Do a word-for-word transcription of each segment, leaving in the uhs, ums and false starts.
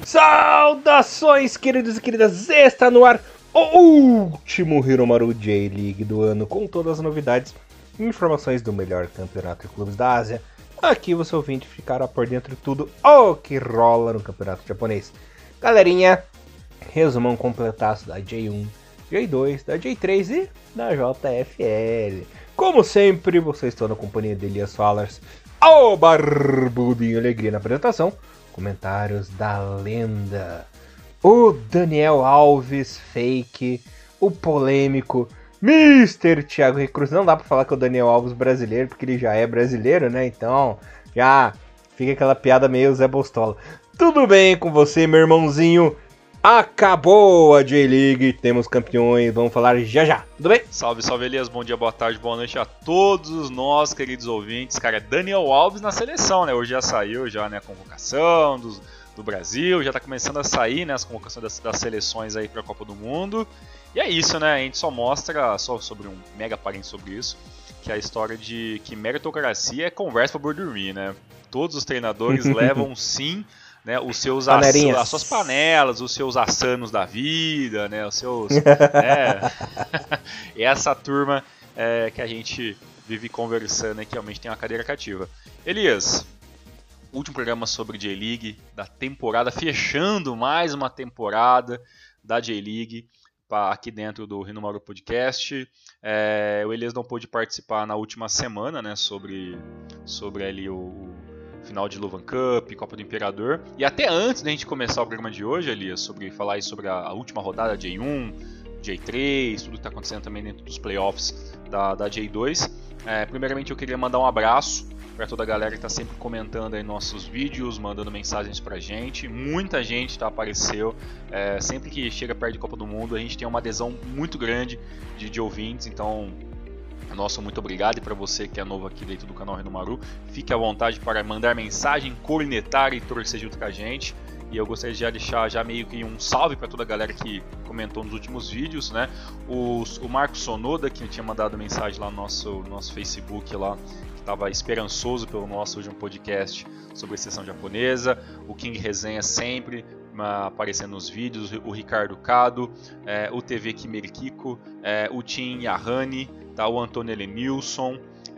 Saudações, queridos e queridas! Está no ar o último Hiromaru J-League do ano, com todas as novidades e informações do melhor campeonato de clubes da Ásia. Aqui você ouvinte ficará por dentro de tudo o que rola no campeonato japonês. Galerinha, resumão completaço da J um, J dois, da J três e da J F L. Como sempre, vocês estão na companhia de Elias Fallers, o Barbudinho Alegria na apresentação. Comentários da lenda, o Daniel Alves fake, o polêmico mister Thiago Recruz. Não dá pra falar que é o Daniel Alves brasileiro, porque ele já é brasileiro, né? Então, já fica aquela piada meio Zé Bostola. Tudo bem com você, meu irmãozinho? Acabou a J-League, temos campeões, vamos falar já já, tudo bem? Salve, salve Elias, bom dia, boa tarde, boa noite a todos nós, queridos ouvintes. Cara, Daniel Alves na seleção, né? Hoje já saiu já, né, a convocação do, do Brasil, já tá começando a sair, né, as convocações das, das seleções aí pra Copa do Mundo. E é isso, né, a gente só mostra, só sobre um mega parente sobre isso, que é a história de que meritocracia é conversa pra boi dormir, né? Todos os treinadores levam sim... Né, os seus ass... as suas panelas, os seus assanos da vida, né, os seus, né, essa turma é, que a gente vive conversando e que realmente tem uma cadeira cativa. Elias, último programa sobre J-League da temporada, fechando mais uma temporada da J-League aqui dentro do Hiromaru Podcast. É, o Elias não pôde participar na última semana, né, sobre, sobre ali o final de Luvan Cup, Copa do Imperador. E até antes da gente começar o programa de hoje, Elias, sobre falar aí sobre a, a última rodada J um, J três, tudo que está acontecendo também dentro dos playoffs da, da J dois. É, primeiramente eu queria mandar um abraço para toda a galera que está sempre comentando aí nossos vídeos, mandando mensagens pra gente. Muita gente tá, apareceu. É, sempre que chega perto de Copa do Mundo, a gente tem uma adesão muito grande de, de ouvintes, então... Nossa, muito obrigado, e para você que é novo aqui dentro do canal Hiromaru, fique à vontade para mandar mensagem, cornetar e torcer junto com a gente. E eu gostaria de já deixar já meio que um salve para toda a galera que comentou nos últimos vídeos, né? O, o Marcos Sonoda, que tinha mandado mensagem lá no nosso, nosso Facebook, lá, que estava esperançoso pelo nosso último podcast sobre a seleção japonesa. O King Resenha sempre aparecendo nos vídeos, o Ricardo Cado, é, o T V Kimerikiko, é, o Tim Yahani, tá, o Antônio Elenilson,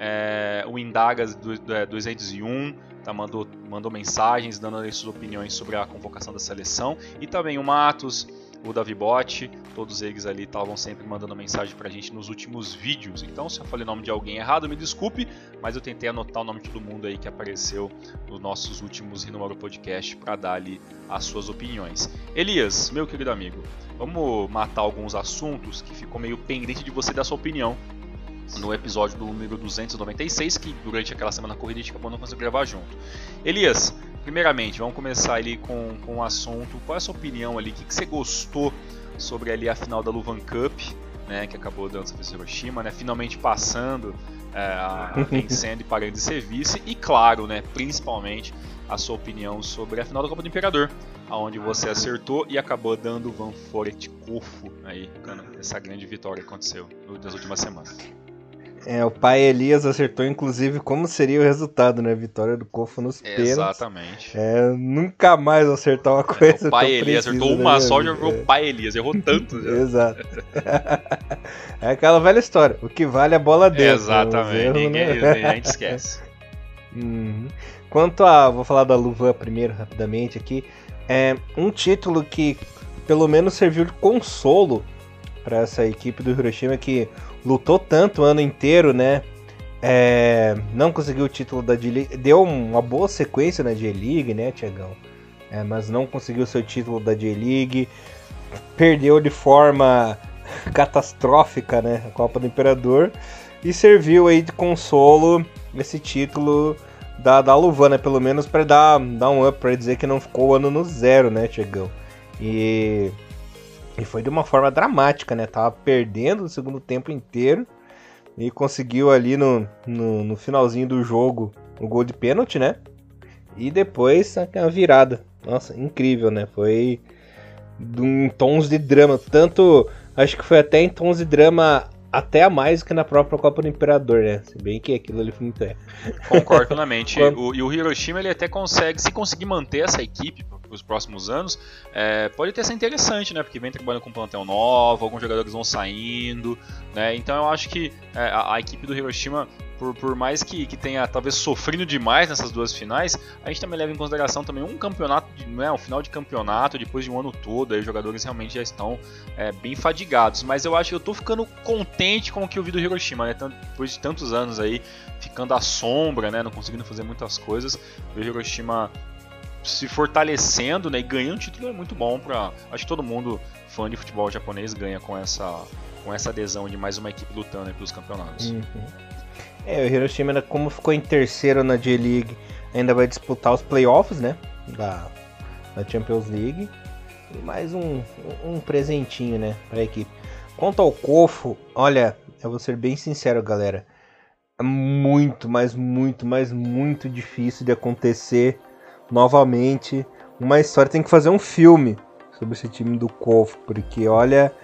é, o Indagas duzentos e um, tá, mandou, mandou mensagens dando as suas opiniões sobre a convocação da seleção, e também o Matos, o Davi Botti, todos eles ali estavam sempre mandando mensagem pra gente nos últimos vídeos. Então, se eu falei o nome de alguém errado, me desculpe, mas eu tentei anotar o nome de todo mundo aí que apareceu nos nossos últimos Hiromaru Podcast para dar ali as suas opiniões. Elias, meu querido amigo, vamos matar alguns assuntos que ficou meio pendente de você dar sua opinião no episódio do número duzentos e noventa e seis, que durante aquela semana corrida a gente acabou não conseguindo gravar junto. Elias, primeiramente, vamos começar ali com, com um assunto. Qual é a sua opinião ali? O que, que você gostou sobre ali a final da Luvan Cup, né, que acabou dando essa Hiroshima, né, finalmente passando, é, vencendo e parando de ser vice, e claro, né, principalmente a sua opinião sobre a final da Copa do Imperador, onde você acertou e acabou dando o Van Foret Kofo aí, essa grande vitória que aconteceu nas últimas semanas. É, o pai Elias acertou, inclusive, como seria o resultado, né? Vitória do Kofo nos pênaltis. Exatamente. É, nunca mais acertar uma coisa. É, o pai tão Elias precisa, acertou uma né, só, já amigo? virou o pai Elias, errou tanto. Já. Exato. É aquela velha história. O que vale é a bola dentro. Exatamente, erros, ninguém, né? a gente esquece. Uhum. Quanto a... Vou falar da Luvan primeiro, rapidamente aqui. É um título que, pelo menos, serviu de consolo para essa equipe do Hiroshima que lutou tanto o ano inteiro, né? É, não conseguiu o título da J-League. Deu uma boa sequência na J-League, né, Tiagão? É, mas não conseguiu seu título da J-League. Perdeu de forma catastrófica, né, a Copa do Imperador. E serviu aí de consolo esse título da, da Luvan, pelo menos para dar, dar um up, para dizer que não ficou o ano no zero, né, Tiagão? E... E foi de uma forma dramática, né? Tava perdendo o segundo tempo inteiro e conseguiu ali no, no, no finalzinho do jogo o gol de pênalti, né? E depois a virada. Nossa, incrível, né? Foi em tons de drama. Tanto, acho que foi até em tons de drama até a mais que na própria Copa do Imperador, né? Se bem que aquilo ali foi muito é. Concordo plenamente. Quando... o, e o Hiroshima, ele até consegue, se conseguir manter essa equipe para os próximos anos, é, pode até ser interessante, né? Porque vem trabalhando com um plantel novo, alguns jogadores vão saindo, né? Então eu acho que é, a, a equipe do Hiroshima, por, por mais que, que tenha talvez sofrido demais nessas duas finais, a gente também leva em consideração também um campeonato, de, né, um final de campeonato depois de um ano todo, aí os jogadores realmente já estão é, bem fadigados, mas eu acho que eu tô ficando contente com o que eu vi do Hiroshima, né, depois de tantos anos aí, ficando à sombra, né, não conseguindo fazer muitas coisas, o Hiroshima se fortalecendo, né, e ganhando um título é muito bom para, acho que todo mundo fã de futebol japonês ganha com essa, com essa adesão de mais uma equipe lutando aí pelos campeonatos. Uhum. É, o Hiroshima, como ficou em terceiro na J-League, ainda vai disputar os playoffs, né, da, da Champions League, e mais um, um presentinho, né, para a equipe. Quanto ao Kofu, olha, eu vou ser bem sincero, galera, é muito, mas muito, mas muito difícil de acontecer novamente uma história. Tem que fazer um filme sobre esse time do Kofu, porque olha,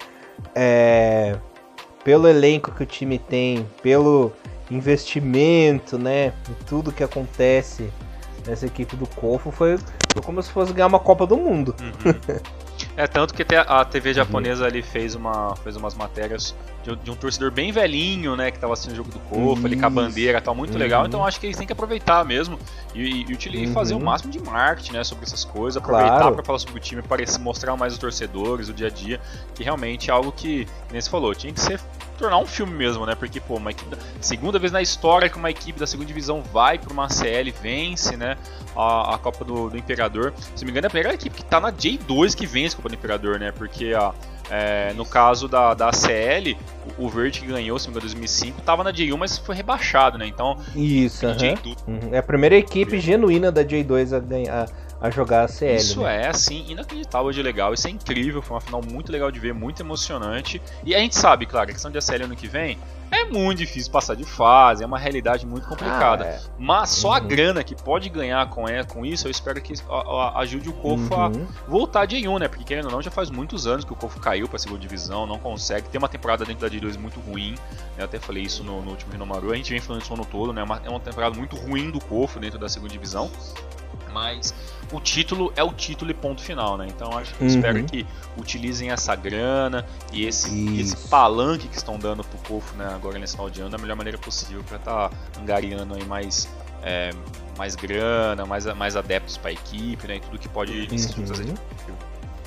é, pelo elenco que o time tem, pelo investimento, né, e tudo que acontece nessa equipe do Kofu, foi, foi como se fosse ganhar uma Copa do Mundo. Uhum. É, tanto que a T V japonesa ali fez, uma, fez umas matérias de, de um torcedor bem velhinho, né, que tava assistindo o jogo do Kofu, ali com a bandeira e tal, muito uhum. legal, então acho que eles têm que aproveitar mesmo e, e, e uhum. fazer o máximo de marketing, né, sobre essas coisas, aproveitar claro. Para falar sobre o time, para mostrar mais os torcedores, o dia a dia, que realmente é algo que, nem você falou, tinha que ser tornar um filme mesmo, né? Porque, pô, uma equipe da, segunda vez na história que uma equipe da segunda divisão vai para uma C L, vence, né? A, a Copa do, do Imperador. Se não me engano, é a primeira equipe que tá na J dois que vence a Copa do Imperador, né? Porque, ó, é, no caso da, da C L, o, o Verde que ganhou, se não me engano, em dois mil e cinco, tava na J um, mas foi rebaixado, né? Então, isso, uh-huh. uhum. É a primeira equipe é. genuína da J dois a ganhar. A jogar a C L. Isso, né? É, assim, inacreditável de legal. Isso é incrível, foi uma final muito legal de ver, muito emocionante. E a gente sabe, claro, a questão de A C L ano que vem é muito difícil passar de fase, é uma realidade muito complicada. Ah, é. Mas só uhum. a grana que pode ganhar com, é, com isso, eu espero que a, a, ajude o Kofu uhum. a voltar a J um, né? Porque querendo ou não, já faz muitos anos que o Kofu caiu pra segunda divisão, não consegue. Tem uma temporada dentro da J dois muito ruim, né? Eu até falei isso no, no último Renomaru, a gente vem falando isso o ano todo, né? É uma, é uma temporada muito ruim do Kofu dentro da segunda divisão. Mas o título é o título e ponto final, né? Então acho que uhum. espero que utilizem essa grana e esse, esse palanque que estão dando pro Kofu, né, agora nesse final de ano da melhor maneira possível para estar tá angariando aí mais, é, mais grana, mais, mais adeptos para a equipe, né? E tudo que pode uhum. trazer de positivo.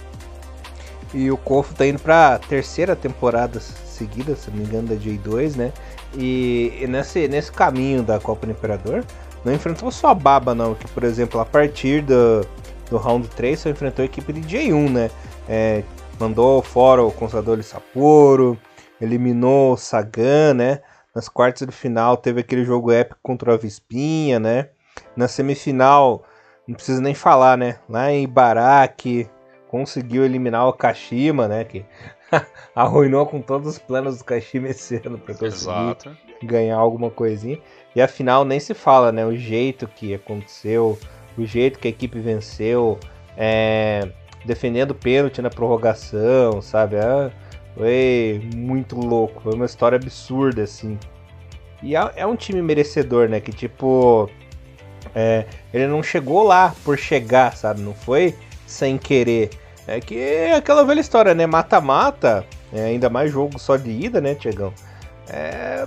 E o Kofu tá indo pra terceira temporada seguida, se não me engano, da J dois, né? E, e nesse, nesse caminho da Copa do Imperador, não enfrentou só a Baba, não, que, por exemplo, a partir do, do round três só enfrentou a equipe de J um, né? É, mandou fora o Consadole Sapporo, eliminou o Sagan, né? Nas quartas de final teve aquele jogo épico contra a Vespinha, né? Na semifinal, não precisa nem falar, né? Lá em Ibaraki, conseguiu eliminar o Kashima, né? Que arruinou com todos os planos do Kashima esse ano para conseguir Exato. ganhar alguma coisinha. E a final nem se fala, né? O jeito que aconteceu, o jeito que a equipe venceu, é, defendendo o pênalti na prorrogação, sabe? Ah, foi muito louco, foi uma história absurda, assim. E é, é um time merecedor, né? Que tipo, é, ele não chegou lá por chegar, sabe? Não foi sem querer. É que é aquela velha história, né? Mata-mata, é, ainda mais jogo só de ida, né, Tiagão? É...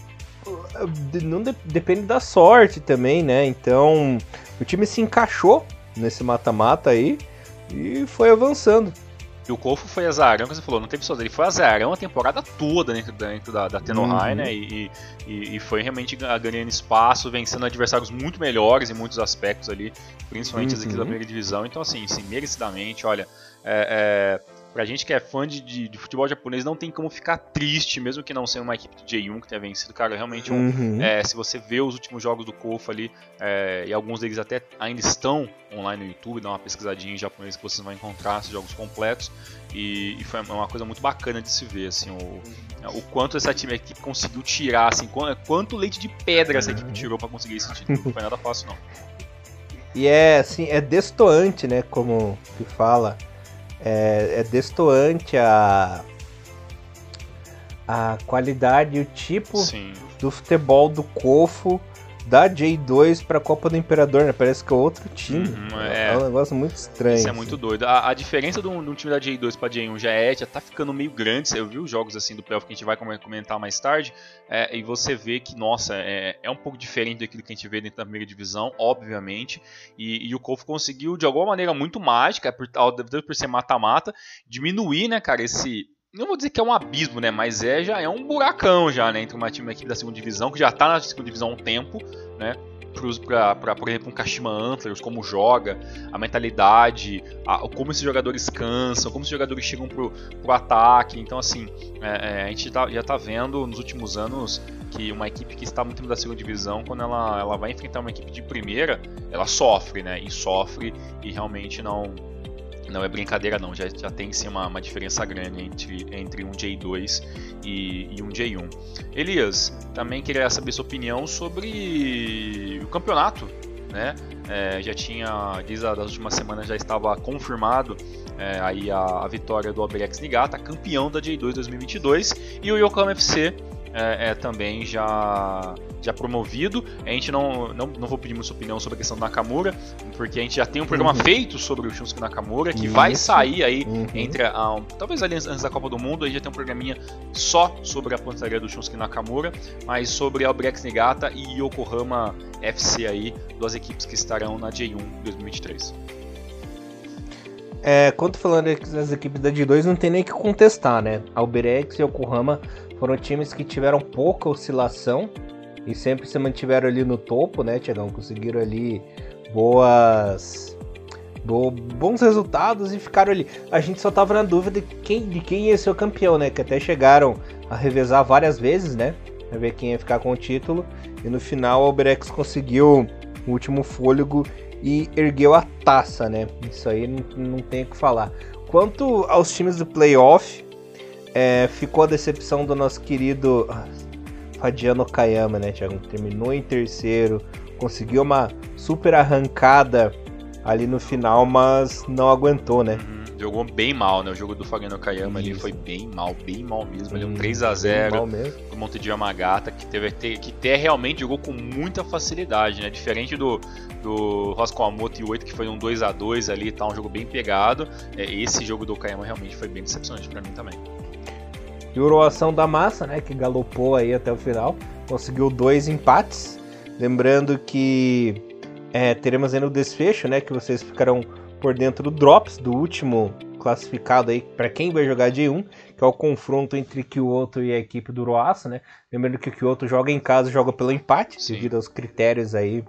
Não de- depende da sorte também, né? Então, o time se encaixou nesse mata-mata aí e foi avançando. E o Kofu foi azarão, como você falou, não teve só dele, foi azarão a temporada toda dentro, dentro da, da Tenohai, uhum. né? E, e, e foi realmente ganhando espaço, vencendo adversários muito melhores em muitos aspectos ali, principalmente uhum. as equipes da primeira divisão. Então, assim, assim merecidamente, olha, é, é, pra gente que é fã de, de, de futebol japonês, não tem como ficar triste, mesmo que não seja uma equipe de J um que tenha vencido. Cara, realmente, um, uhum. é, se você vê os últimos jogos do Kofu ali, é, e alguns deles até ainda estão online no YouTube, dá uma pesquisadinha em japonês que vocês vão encontrar esses jogos completos. E, e foi uma coisa muito bacana de se ver, assim, o, o quanto essa time aqui conseguiu tirar, assim, quanto, quanto leite de pedra essa equipe tirou pra conseguir esse título. Não foi nada fácil, não. E é, assim, é destoante, né, como que fala, é, é destoante a, a qualidade e o tipo Sim. do futebol do Kofu da J dois pra Copa do Imperador, né? Parece que é outro time. Uhum, é. é um negócio muito estranho. Isso é assim. muito doido. A, a diferença de um, de um time da J dois pra J um já é, já tá ficando meio grande. Eu vi os jogos assim do playoff que a gente vai comentar mais tarde, é, e você vê que, nossa, é, é um pouco diferente daquilo que a gente vê dentro da primeira divisão, obviamente. E, e o Kofu conseguiu, de alguma maneira muito mágica, por, por ser mata-mata, diminuir, né, cara, esse... Não vou dizer que é um abismo, né? Mas é, já é um buracão já, né? Entre uma time aqui da segunda divisão, que já tá na segunda divisão há um tempo, né? Pra, pra, por exemplo, um Kashima Antlers, como joga, a mentalidade, a, como esses jogadores cansam, como esses jogadores chegam pro, pro ataque. Então, assim, é, é, a gente tá, já tá vendo nos últimos anos que uma equipe que está muito da segunda divisão, quando ela, ela vai enfrentar uma equipe de primeira, ela sofre, né? E sofre e realmente não... Não é brincadeira não, já, já tem sim uma, uma diferença grande entre, entre um J dois e, e um J um. Elias, também queria saber sua opinião sobre o campeonato, né? É, já tinha, desde as últimas semanas já estava confirmado é, aí a, a vitória do Albirex Niigata, campeão da J dois dois mil e vinte e dois, e o Yokohama F C é, é também já... já promovido. A gente não, não, não vou pedir muita opinião sobre a questão do Nakamura, porque a gente já tem um programa uhum. feito sobre o Shunsuke Nakamura, que Isso. vai sair aí uhum. entre a, um, talvez ali antes da Copa do Mundo. Aí já tem um programinha só sobre a pontaria do Shunsuke Nakamura, mas sobre Albirex Niigata e Yokohama F C aí, duas equipes que estarão na J um dois mil e vinte e três. É, quando falando das equipes da J dois, não tem nem que contestar, né? Albirex e Yokohama foram times que tiveram pouca oscilação e sempre se mantiveram ali no topo, né, Thiagão? Conseguiram ali boas, bo, bons resultados e ficaram ali. A gente só tava na dúvida de quem, de quem ia ser o campeão, né? Que até chegaram a revezar várias vezes, né? Pra ver quem ia ficar com o título. E no final o Albirex conseguiu o último fôlego e ergueu a taça, né? Isso aí não, não tem o que falar. Quanto aos times do playoff, é, ficou a decepção do nosso querido Fadiano Okayama, né, Thiago? Terminou em terceiro, conseguiu uma super arrancada ali no final, mas não aguentou, né? Uhum. Jogou bem mal, né? O jogo do Fadiano Okayama ali foi bem mal, bem mal mesmo. Ele é um três a zero do Monte de Yamagata, que teve que até realmente jogou com muita facilidade, né? Diferente do, do Roscoamoto e oito, que foi um dois a dois ali, tá um jogo bem pegado. É, esse jogo do Okayama realmente foi bem decepcionante pra mim também. E o Uruação da Massa, né, que galopou aí até o final, conseguiu dois empates. Lembrando que é, teremos aí no desfecho, né, que vocês ficarão por dentro do Drops, do último classificado aí, para quem vai jogar J um, que é o confronto entre Kyoto e a equipe do Uruaça, né. Lembrando que o Kyoto joga em casa, joga pelo empate, Sim. devido aos critérios aí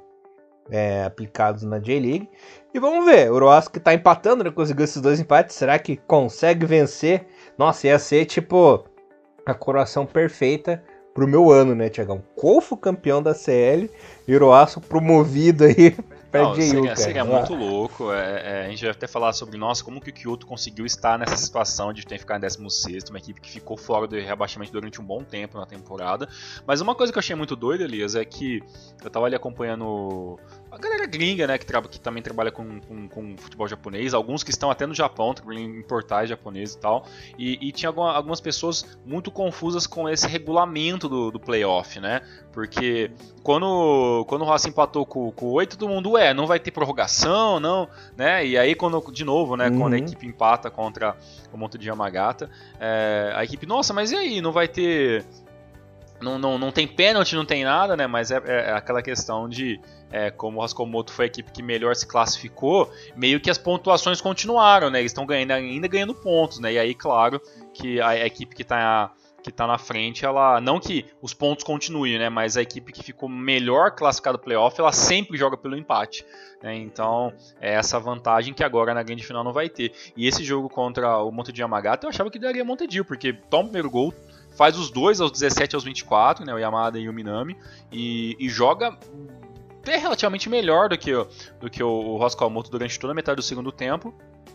é, aplicados na J-League. E vamos ver, o Uruaça que tá empatando, né, conseguiu esses dois empates, será que consegue vencer? Nossa, ia ser tipo a coroação perfeita pro meu ano, né, Thiagão? Kofu campeão da C L e Uruaça promovido aí pra J U, seria, cara. Seria muito louco. É, é, a gente vai até falar sobre, nossa, como que o Kyoto conseguiu estar nessa situação de ter que ficar em décimo sexto, uma equipe que ficou fora do rebaixamento durante um bom tempo na temporada. Mas uma coisa que eu achei muito doida, Elias, é que eu tava ali acompanhando a galera gringa, né, que, tra- que também trabalha com, com, com futebol japonês, alguns que estão até no Japão, em portais japoneses e tal, e, e tinha alguma, algumas pessoas muito confusas com esse regulamento do, do playoff, né, porque quando, quando o Racing empatou com, com o oito, todo mundo, ué, não vai ter prorrogação, não, né, e aí quando, de novo, né, uhum. quando a equipe empata contra o Monte de Yamagata, é, a equipe, nossa, mas e aí, não vai ter... Não, não, não tem pênalti, não tem nada, né? Mas é, é aquela questão de, é, como o Roscomoto foi a equipe que melhor se classificou, meio que as pontuações continuaram, né? Eles estão ganhando, ainda ganhando pontos, né? E aí, claro, que a, a equipe que está que tá na frente, ela não que os pontos continuem, né? Mas a equipe que ficou melhor classificada no playoff, ela sempre joga pelo empate, né? Então, é essa vantagem que agora na grande final não vai ter. E esse jogo contra o Monte de Yamagata, eu achava que daria Montedio, porque toma o primeiro gol, faz os dois aos dezessete aos vinte e quatro, né, o Yamada e o Minami, e, e joga é relativamente melhor do que, do que o Roscoamoto durante toda a metade do segundo tempo.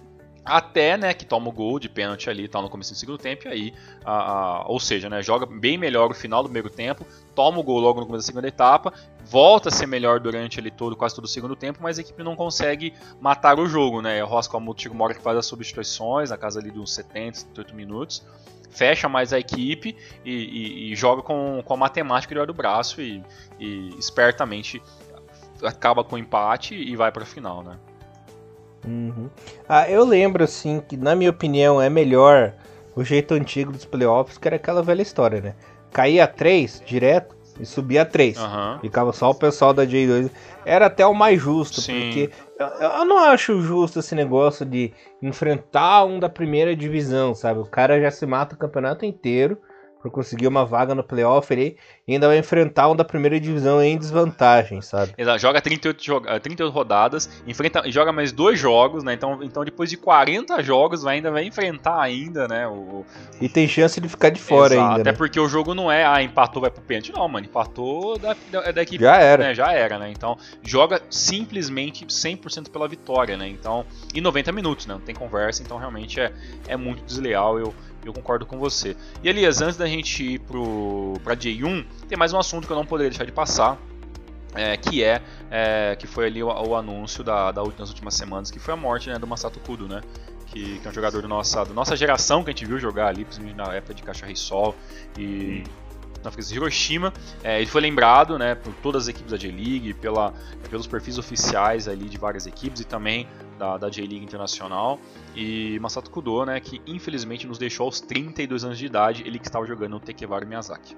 Até, né, que toma o gol de pênalti ali, tá no começo do segundo tempo, e aí, a, a, ou seja, né, joga bem melhor no final do primeiro tempo, toma o gol logo no começo da segunda etapa, volta a ser melhor durante ali todo, quase todo o segundo tempo, mas a equipe não consegue matar o jogo, né, o Roscoe Amuto chega uma hora que faz as substituições, na casa ali de uns setenta, setenta e oito minutos, fecha mais a equipe e, e, e joga com, com a matemática debaixo do braço e, e espertamente acaba com o empate e vai para a final, né. Uhum. Ah, eu lembro assim que, na minha opinião, é melhor o jeito antigo dos playoffs, que era aquela velha história, né? Caía três direto e subia três. Uhum. Ficava só o pessoal da J dois. Era até o mais justo, Sim. porque eu, eu não acho justo esse negócio de enfrentar um da primeira divisão, sabe? O cara já se mata o campeonato inteiro por conseguir uma vaga no playoff ali, e ainda vai enfrentar um da primeira divisão em desvantagem, sabe? Exato, joga trinta e oito, joga, trinta e oito rodadas, enfrenta, joga mais dois jogos, né? Então, então depois de quarenta jogos vai, ainda vai enfrentar ainda, né? O... E tem chance de ficar de fora. Exato, ainda, até né? porque o jogo não é, ah, empatou, vai pro pênalti. Não, mano, empatou da, da, da equipe. Já era. Né, já era, né? Então, joga simplesmente cem por cento pela vitória, né? Então, e noventa minutos, né? Não tem conversa, então realmente é, é muito desleal, eu, eu concordo com você. E, Elias, antes da gente ir pro, pra J um, tem mais um assunto que eu não poderia deixar de passar, é, que é, é que foi ali o, o anúncio da, da, das últimas semanas, que foi a morte, né, do Masato Kudo, né? Que, que é um jogador da nossa, da nossa geração que a gente viu jogar ali, principalmente na época de Caixa-Risol e na franquia de Hiroshima. É, ele foi lembrado, né, por todas as equipes da J-League, pela, pelos perfis oficiais ali de várias equipes e também da, da J-League Internacional. E Masato Kudo, né, que infelizmente nos deixou aos trinta e dois anos de idade, ele que estava jogando no Takewaru Miyazaki.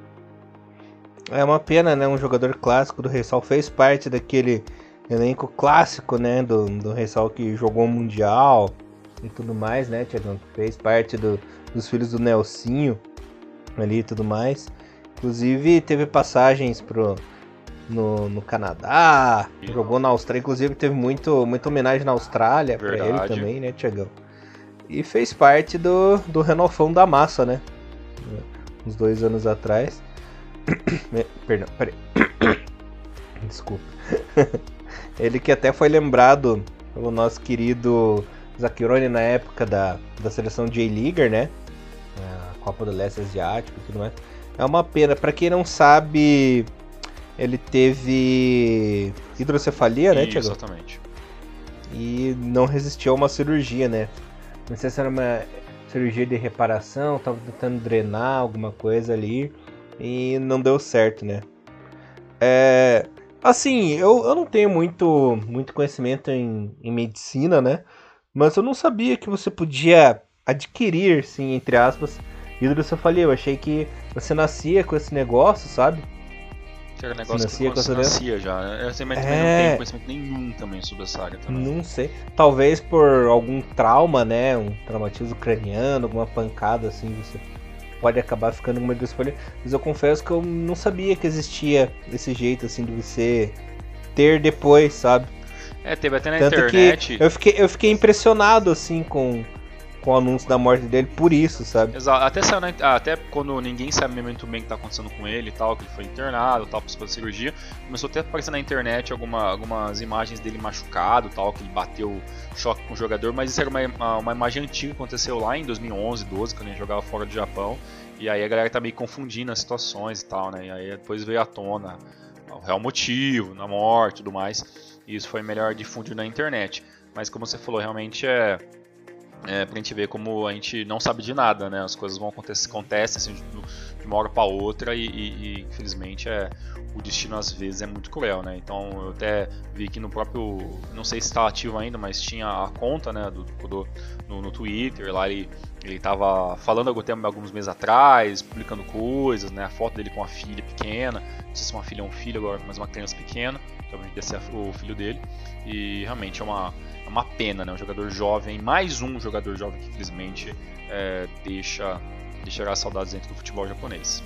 É uma pena, né? Um jogador clássico do Reysol, fez parte daquele elenco clássico, né? Do, do Reysol que jogou o Mundial e tudo mais, né, Thiago? Fez parte do, dos filhos do Nelsinho ali e tudo mais. Inclusive teve passagens pro, no, no Canadá, e jogou na Austrália. Inclusive teve muito, muita homenagem na Austrália para ele também, né, Thiagão? E fez parte do, do Renofão da Massa, né? Uns dois anos atrás. Perdão, peraí. Desculpa. Ele que até foi lembrado pelo nosso querido Zakironi na época da, da seleção J-Leaguer, né? A Copa do Leste Asiático e tudo mais. É uma pena. Pra quem não sabe, ele teve hidrocefalia, né, Thiago? Exatamente. E não resistiu a uma cirurgia, né? Não sei se era uma cirurgia de reparação, tava tentando drenar alguma coisa ali. E não deu certo, né? É, assim, eu, eu não tenho muito, muito conhecimento em, em medicina, né? Mas eu não sabia que você podia adquirir, sim, entre aspas, hidrocefalia. Eu achei que você nascia com esse negócio, sabe? Que era um negócio nascia que com você essa nascia já. Eu também é... não tenho conhecimento nenhum também sobre essa área. Também. Não sei. Talvez por algum trauma, né? Um traumatismo craniano, alguma pancada assim, você pode acabar ficando com uma hidrocefalia. Mas eu confesso que eu não sabia que existia esse jeito assim de você ter depois, sabe? É, teve até na Tanto internet. Que eu fiquei, eu fiquei impressionado assim com, com o anúncio da morte dele por isso, sabe? Exato. Até, saiu na, até quando ninguém sabe muito bem o que tá acontecendo com ele e tal, que ele foi internado, tal, precisou de cirurgia, começou até a aparecer na internet alguma, algumas imagens dele machucado, tal, que ele bateu choque com o jogador, mas isso era uma, uma, uma imagem antiga que aconteceu lá em dois mil e onze, doze, quando ele jogava fora do Japão, e aí a galera tá meio confundindo as situações e tal, né? E aí depois veio à tona o real motivo, na morte e tudo mais, e isso foi melhor difundido na internet. Mas como você falou, realmente é, é pra gente ver como a gente não sabe de nada, né? As coisas vão acontecer, acontecem assim, de, de uma hora pra outra e, e, e infelizmente é, o destino às vezes é muito cruel, né? Então eu até vi que no próprio, não sei se está ativo ainda, mas tinha a conta, né, do, do no, no Twitter, lá ele ele tava falando algum tempo, alguns meses atrás, publicando coisas, né? A foto dele com a filha pequena, não sei se uma filha é um filho agora, mas uma criança pequena, que obviamente deve ser o filho dele, e realmente é uma, é uma pena, né? Um jogador jovem, mais um jogador jovem que infelizmente é, deixa, deixará saudades dentro do futebol japonês.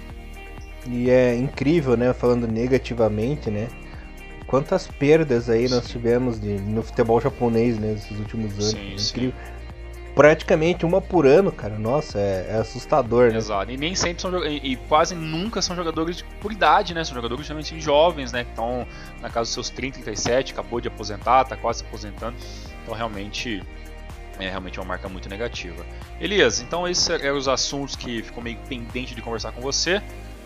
E é incrível, né? Falando negativamente, né? Quantas perdas aí nós tivemos de, no futebol japonês, né? Nesses últimos anos. Sim, é incrível. Sim. Praticamente uma por ano, cara. Nossa, é, é assustador, né? Exato. E nem sempre são e, e quase nunca são jogadores por idade, né? São jogadores geralmente jovens, né? Que estão na casa dos seus trinta, trinta e sete, acabou de aposentar, tá quase se aposentando. Então realmente É realmente uma marca muito negativa. Elias, então esses eram os assuntos que ficou meio pendente de conversar com você.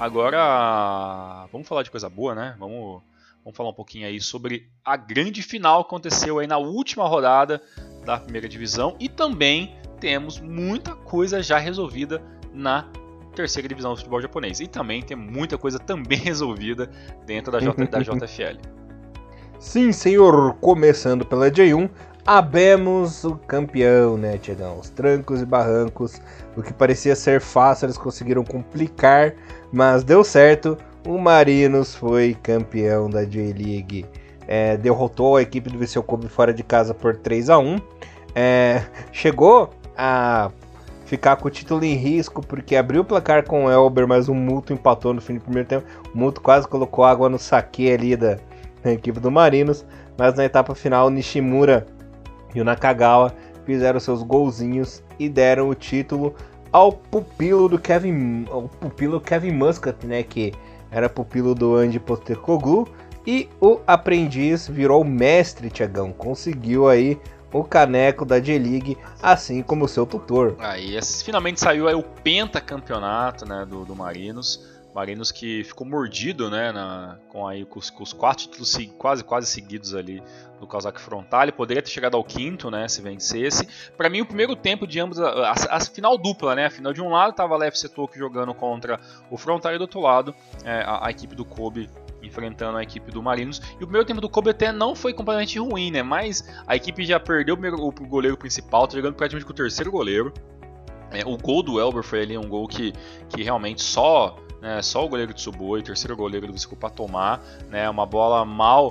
Agora, vamos falar de coisa boa, né? Vamos, vamos falar um pouquinho aí sobre a grande final que aconteceu aí na última rodada da primeira divisão. E também temos muita coisa já resolvida na terceira divisão do futebol japonês. E também tem muita coisa também resolvida dentro da, J, da J F L. Sim, senhor. Começando pela J um. Abemos o campeão, né, Tiagão? Os trancos e barrancos, o que parecia ser fácil, eles conseguiram complicar, mas deu certo. O Marinos foi campeão da J-League, é, derrotou a equipe do Viseu Kobe fora de casa por três a um. É, chegou a ficar com o título em risco, porque abriu o placar com o Elber, mas o Muto empatou no fim do primeiro tempo. O Muto quase colocou água no saque ali da, da equipe do Marinos, mas na etapa final o Nishimura e o Nakagawa fizeram seus golzinhos e deram o título ao pupilo do Kevin, ao pupilo Kevin Muscat, né, que era pupilo do Andy Postecoglou, e o aprendiz virou mestre, Tiagão, conseguiu aí o caneco da J-League, assim como o seu tutor. Aí finalmente saiu aí o pentacampeonato, né, do, do Marinos. Marinos que ficou mordido, né, na, com, aí, com, os, com os quatro títulos quase, quase seguidos ali do Kawasaki Frontal. Ele poderia ter chegado ao quinto, né, se vencesse. Para mim, o primeiro tempo de ambos, a, a, a final dupla, né, a final de um lado estava a F C Tokyo jogando contra o Frontal e do outro lado é, a, a equipe do Kobe enfrentando a equipe do Marinos. E o primeiro tempo do Kobe até não foi completamente ruim, né, mas a equipe já perdeu o, primeiro, o goleiro principal, tá jogando praticamente com o terceiro goleiro. É, o gol do Elber foi ali um gol que, que realmente só... É, só o goleiro de Tsuboi, terceiro goleiro do Viseu para tomar, né, uma bola mal,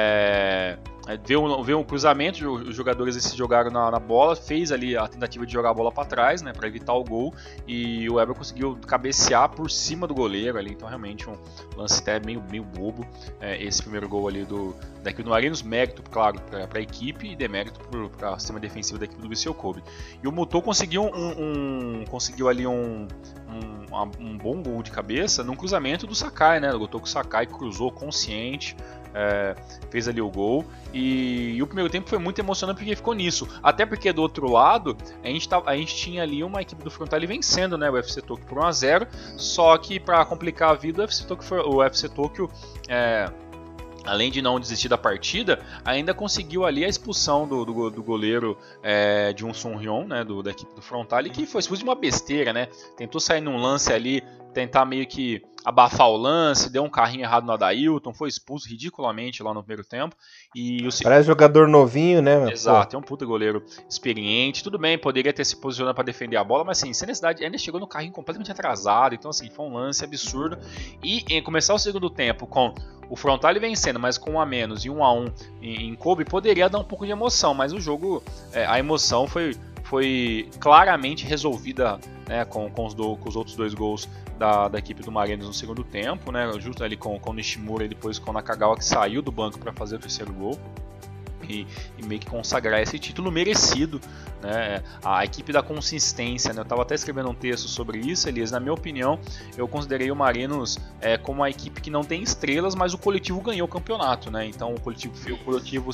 é, veio, um, veio um cruzamento, os jogadores se jogaram na, na bola, fez ali a tentativa de jogar a bola para trás, né, para evitar o gol, e o Weber conseguiu cabecear por cima do goleiro ali, então realmente um lance até meio, meio bobo, é, esse primeiro gol ali do, da equipe do Marinos, mérito, claro, para a equipe e demérito para o sistema defensivo da equipe do Viseu Kobe. E o Mutou conseguiu, um, um, conseguiu ali um, um, um bom gol de cabeça num cruzamento do Sakai, né, do Gotoku Sakai, que cruzou consciente, é, fez ali o gol, e, e o primeiro tempo foi muito emocionante porque ficou nisso, até porque do outro lado a gente, tá, a gente tinha ali uma equipe do Frontal vencendo, né, o F C Tokyo por um a zero, só que para complicar a vida o F C Tokyo, foi, o F C Tokyo é, além de não desistir da partida, ainda conseguiu ali a expulsão do, do, do goleiro é, de um Sun-Hyun, né, do, da equipe do Frontal, que foi expulso de uma besteira, né, tentou sair num lance ali, tentar meio que abafar o lance, deu um carrinho errado no Adailton, foi expulso ridiculamente lá no primeiro tempo. E o... Parece jogador novinho, né? Exato, é um puta goleiro experiente, tudo bem, poderia ter se posicionado para defender a bola, mas assim, sem necessidade, ainda chegou no carrinho completamente atrasado, então assim, foi um lance absurdo. E em começar o segundo tempo com o Frontal vencendo, mas com um a menos e um a um em, em Kobe, poderia dar um pouco de emoção, mas o jogo, é, a emoção foi... foi claramente resolvida, né, com, com, os do, com os outros dois gols da, da equipe do Marinos no segundo tempo, né, justo ali com, com o Nishimura e depois com o Nakagawa, que saiu do banco para fazer o terceiro gol e, e meio que consagrar esse título merecido, né, a equipe da consistência, né, eu estava até escrevendo um texto sobre isso, Elias, na minha opinião, eu considerei o Marinos é, como uma equipe que não tem estrelas, mas o coletivo ganhou o campeonato, né, então o coletivo, o coletivo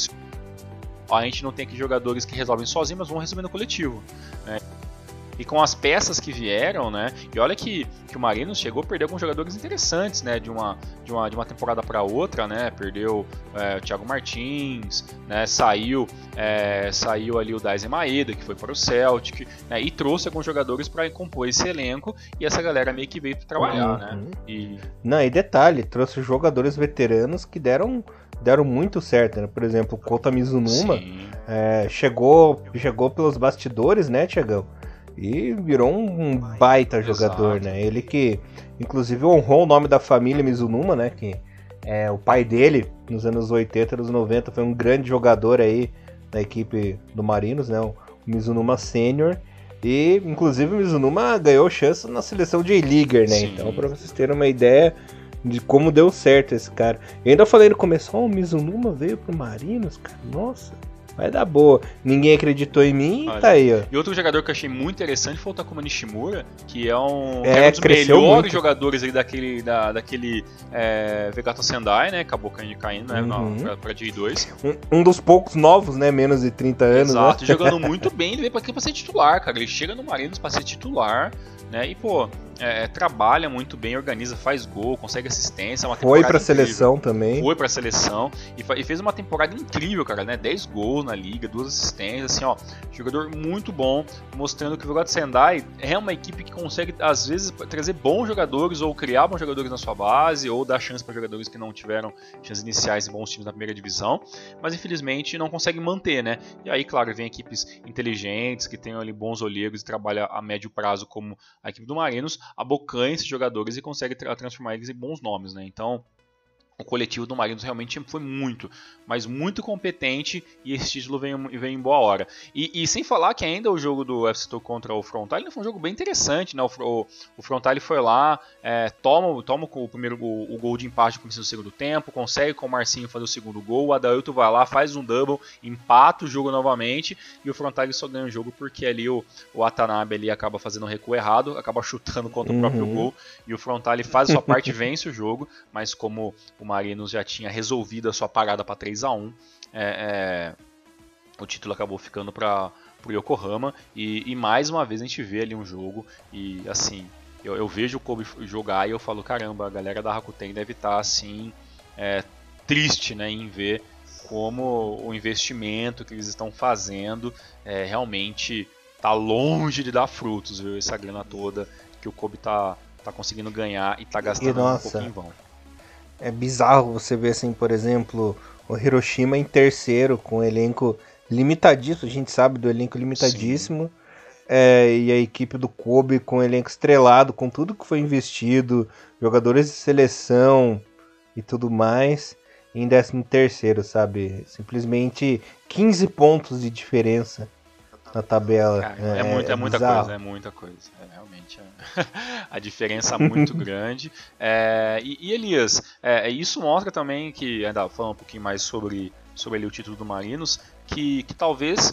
a gente não tem aqui jogadores que resolvem sozinhos, mas vão resolver no coletivo, né? E com as peças que vieram, né? E olha que, que o Marinos chegou a perder alguns jogadores interessantes, né? De uma, de uma, de uma temporada para outra, né? Perdeu é, o Thiago Martins, né? Saiu, é, saiu ali o Daisen Maeda, que foi para o Celtic, né? E trouxe alguns jogadores para compor esse elenco. E essa galera meio que veio para trabalhar, uhum. né? E... Não, e detalhe, trouxe jogadores veteranos que deram... deram muito certo, né? Por exemplo, o Kota Mizunuma é, chegou, chegou pelos bastidores, né, Thiagão? E virou um baita jogador, Exato. né? Ele que, inclusive, honrou o nome da família Mizunuma, né? Que é, o pai dele, nos anos oitenta, nos noventa, foi um grande jogador aí da equipe do Marinos, né? O Mizunuma Sênior. E, inclusive, o Mizunuma ganhou chance na seleção de A-Leaguer, né? Sim. Então, para vocês terem uma ideia de como deu certo esse cara. Eu ainda falei no começo, ó, oh, o Mizunuma veio pro Marinos, cara, nossa. vai dar boa. Ninguém acreditou em mim e Olha, tá aí, ó. E outro jogador que eu achei muito interessante foi o Takuma Nishimura, que é um, É, que é um dos cresceu melhores muito. jogadores ali daquele, da, daquele é, Vegato Sendai, né? Acabou caindo, né? Uhum. Pra, pra J dois. Um, um dos poucos novos, né? Menos de trinta anos. Exato, né? jogando muito bem, ele veio pra aqui pra ser titular, cara. Ele chega no Marinos pra ser titular, né? E, pô, é, trabalha muito bem, organiza, faz gol, consegue assistência. Uma Foi pra incrível. seleção também. Foi pra seleção e, e fez uma temporada incrível, cara, né? dez gols na liga, duas assistências, assim, ó. Jogador muito bom, mostrando que o Vegato Sendai é uma equipe que consegue, às vezes, trazer bons jogadores ou criar bons jogadores na sua base ou dar chance para jogadores que não tiveram chances iniciais em bons times na primeira divisão, mas infelizmente não consegue manter, né? E aí, claro, vem equipes inteligentes que tenham ali bons olheiros e trabalham a médio prazo como a equipe do Marinos, abocanha esses jogadores e consegue tra transformar eles em bons nomes, né? Então, o coletivo do Marinos realmente foi muito, mas muito competente e esse título veio, veio em boa hora. E, e sem falar que ainda o jogo do F C Tour contra o Frontale foi um jogo bem interessante, né? O, o, o Frontale foi lá, é, toma, toma o primeiro o, o gol de empate no começo do segundo tempo, consegue com o Marcinho fazer o segundo gol, o Adailton vai lá, faz um double, empata o jogo novamente e o Frontale só ganha o jogo porque ali o, o Watanabe ali acaba fazendo um recuo errado, acaba chutando contra o próprio Uhum. gol e o Frontale faz a sua parte e vence o jogo, mas como o Marinos já tinha resolvido a sua parada para três a um, é, é, o título acabou ficando para o Yokohama e, e mais uma vez a gente vê ali um jogo e assim, eu, eu vejo o Kobe jogar e eu falo, caramba, a galera da Rakuten deve estar assim, é, triste, né, em ver como o investimento que eles estão fazendo é, realmente está longe de dar frutos, viu, essa grana toda que o Kobe tá, tá conseguindo ganhar e tá gastando E, um nossa, pouquinho em vão. É bizarro você ver, assim, por exemplo, o Hiroshima em terceiro, com um elenco limitadíssimo, a gente sabe do elenco limitadíssimo, é, e a equipe do Kobe com um elenco estrelado, com tudo que foi investido, jogadores de seleção e tudo mais, em décimo terceiro, sabe? Simplesmente quinze pontos de diferença na tabela. Cara, é, é, muito, é, é muita bizarro. coisa, é muita coisa. É realmente é. A diferença é muito grande. É, e, e Elias, é, isso mostra também que, ainda falando um pouquinho mais sobre, sobre ali, o título do Marinos, que, que talvez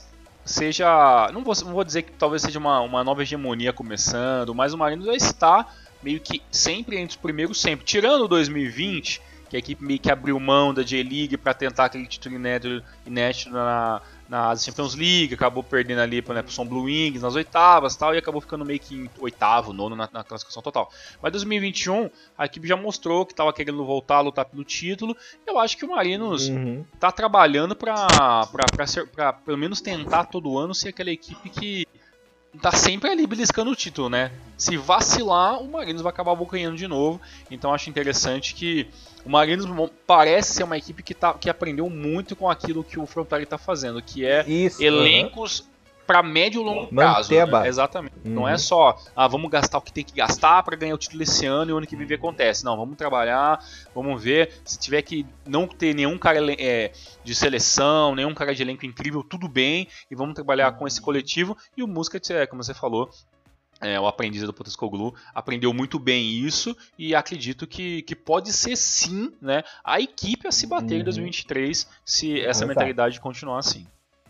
seja, não vou, não vou dizer que talvez seja uma, uma nova hegemonia começando, mas o Marinos já está meio que sempre entre os primeiros, sempre. Tirando o dois mil e vinte, que a equipe meio que abriu mão da J-League para tentar aquele título inédito, inédito na, na Champions League, acabou perdendo ali para, né, o São Blue Wings nas oitavas e tal, e acabou ficando meio que em oitavo, nono na, na classificação total. Mas dois mil e vinte e um, a equipe já mostrou que estava querendo voltar a lutar pelo título. Eu acho que o Marinos está uhum. trabalhando para pelo menos tentar todo ano ser aquela equipe que tá sempre ali beliscando o título, né? Se vacilar, o Marinos vai acabar abocanhando de novo. Então acho interessante que o Marinos parece ser uma equipe que, tá, que aprendeu muito com aquilo que o Frontale tá fazendo, que é Isso, elencos uh-huh. para médio e longo prazo. Manter a base. Né? Exatamente. Uhum. Não é só, ah, vamos gastar o que tem que gastar para ganhar o título esse ano e o ano que vem acontece. Não, vamos trabalhar, vamos ver. Se tiver que não ter nenhum cara é, de seleção, nenhum cara de elenco incrível, tudo bem. E vamos trabalhar com esse coletivo. E o Muscat, é, como você falou, é, o aprendiz do Potascoglu, aprendeu muito bem isso e acredito que, que pode ser sim, né, a equipe a se bater uhum. em dois mil e vinte e três se essa Exato. mentalidade continuar assim.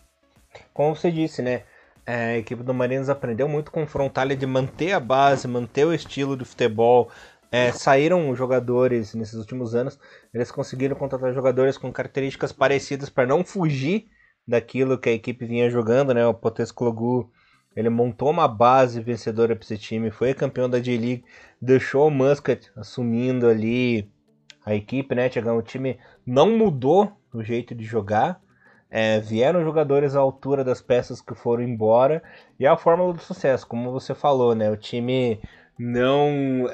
Como você disse, né, a equipe do Marinos aprendeu muito com o Frontale de manter a base, manter o estilo de futebol. É, saíram jogadores nesses últimos anos, eles conseguiram contratar jogadores com características parecidas para não fugir daquilo que a equipe vinha jogando, né, o Potascoglu. Ele montou uma base vencedora para esse time, foi campeão da J-League, deixou o Muscat assumindo ali a equipe, né? O time não mudou o jeito de jogar, é, vieram jogadores à altura das peças que foram embora, e é a fórmula do sucesso, como você falou, né? O time não,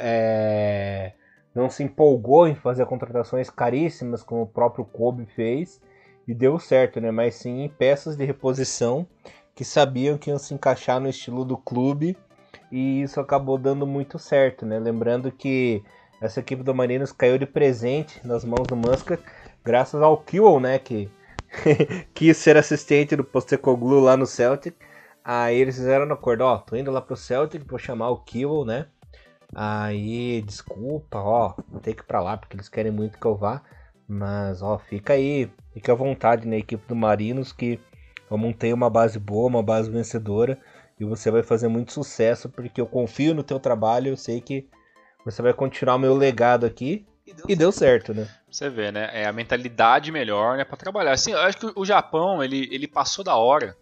é, não se empolgou em fazer contratações caríssimas, como o próprio Kobe fez, e deu certo, né? Mas sim em peças de reposição, que sabiam que iam se encaixar no estilo do clube, e isso acabou dando muito certo, né? Lembrando que essa equipe do Marinos caiu de presente nas mãos do Muscat, graças ao Kewell, né? Que quis ser assistente do Postecoglou lá no Celtic. Aí eles fizeram no acordo, ó, tô indo lá pro Celtic, vou chamar o Kewell, né? Aí, desculpa, ó, vou ter que ir pra lá, porque eles querem muito que eu vá. Mas, ó, fica aí, fica à vontade na equipe do Marinos, que eu montei uma base boa, uma base vencedora, e você vai fazer muito sucesso, porque eu confio no teu trabalho, eu sei que você vai continuar o meu legado aqui, e deu, e deu certo, né? Você vê, né? É a mentalidade melhor, né, para trabalhar. Assim, eu acho que o Japão, ele, ele passou da hora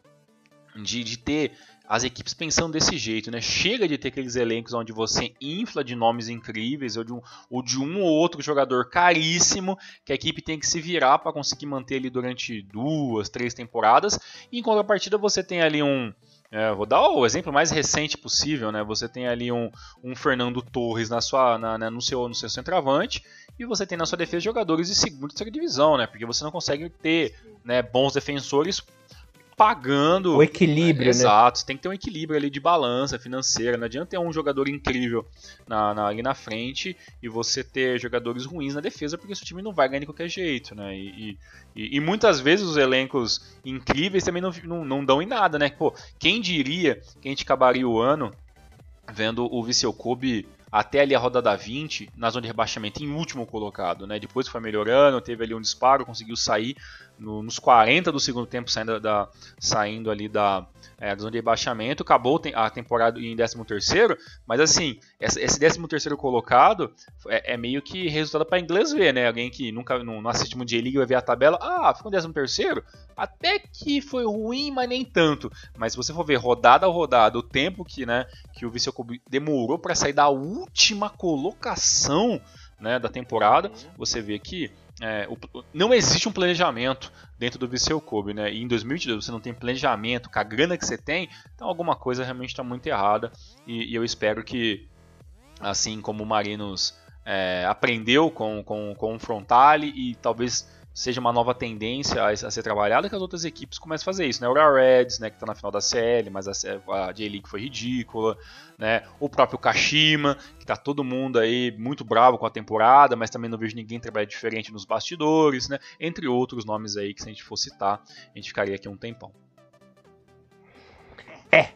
de, de ter as equipes pensando desse jeito, né? Chega de ter aqueles elencos onde você infla de nomes incríveis ou de um ou, de um ou outro jogador caríssimo que a equipe tem que se virar para conseguir manter ele durante duas, três temporadas. E em contrapartida você tem ali um... É, vou dar o exemplo mais recente possível, né? Você tem ali um, um Fernando Torres na sua, na, na, no, seu, no seu centroavante e você tem na sua defesa jogadores de segunda e terceira divisão, né? Porque você não consegue ter, né, bons defensores pagando o equilíbrio, né? Exato, você tem que ter um equilíbrio ali de balança financeira. Não adianta ter um jogador incrível na, na, ali na frente e você ter jogadores ruins na defesa, porque seu time não vai ganhar de qualquer jeito, né? E, e, e muitas vezes os elencos incríveis também não, não, não dão em nada, né? Pô, quem diria que a gente acabaria o ano vendo o Vissel Kobe até ali a rodada vinte, na zona de rebaixamento, em último colocado, né? Depois foi melhorando, teve ali um disparo, conseguiu sair no, nos quarenta do segundo tempo, saindo, da, saindo ali da, é, da zona de rebaixamento, acabou a temporada em décimo terceiro, mas assim, esse décimo terceiro colocado é, é meio que resultado para inglês ver, né? Alguém que nunca não, não assiste Mundial League vai ver a tabela, ah, ficou em décimo terceiro, até que foi ruim, mas nem tanto. Mas se você for ver rodada a rodada, o tempo que, né, que o Vissel Kobe demorou para sair da última colocação, né, da temporada, você vê que é, o, não existe um planejamento dentro do Vissel Kobe, né? E em dois mil e vinte e dois você não tem planejamento com a grana que você tem, então alguma coisa realmente está muito errada. E, e eu espero que, assim como o Marinos é, aprendeu com, com, com o Frontale e talvez seja uma nova tendência a, a ser trabalhada, que as outras equipes comecem a fazer isso, né? O Real Reds, né, que está na final da C L, mas a, a J-League foi ridícula, né? O próprio Kashima, que está todo mundo aí muito bravo com a temporada, mas também não vejo ninguém trabalhar diferente nos bastidores, né? Entre outros nomes aí que, se a gente for citar, a gente ficaria aqui um tempão. É,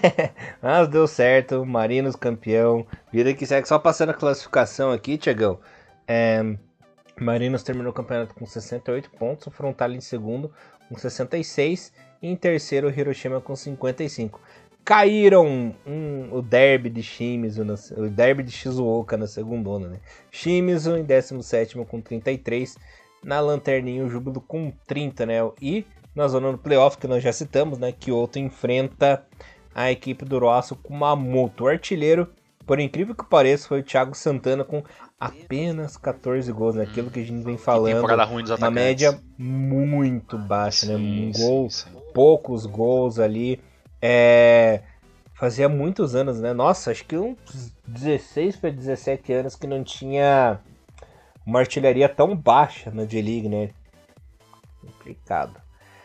mas deu certo, Marinos campeão, vida que segue. Só passando a classificação aqui, Tiagão, é... Marinos terminou o campeonato com sessenta e oito pontos, o Frontale em segundo com sessenta e seis e em terceiro o Hiroshima com cinquenta e cinco. Caíram um, o derby de Shimizu, na, o derby de Shizuoka na segundona, né? Shimizu em décimo sétimo com trinta e três, na lanterninha o Júbilo com trinta, né? E na zona do playoff que nós já citamos, né? Kyoto enfrenta a equipe do Roaço Kumamoto. O artilheiro, por incrível que pareça, foi o Thiago Santana com apenas catorze gols, né? Aquilo que a gente vem falando, uma média muito baixa, sim, né? Um gol, sim, sim. Poucos gols ali. É... Fazia muitos anos, né? Nossa, acho que uns dezesseis para dezessete anos que não tinha uma artilharia tão baixa na J-League, né? Complicado.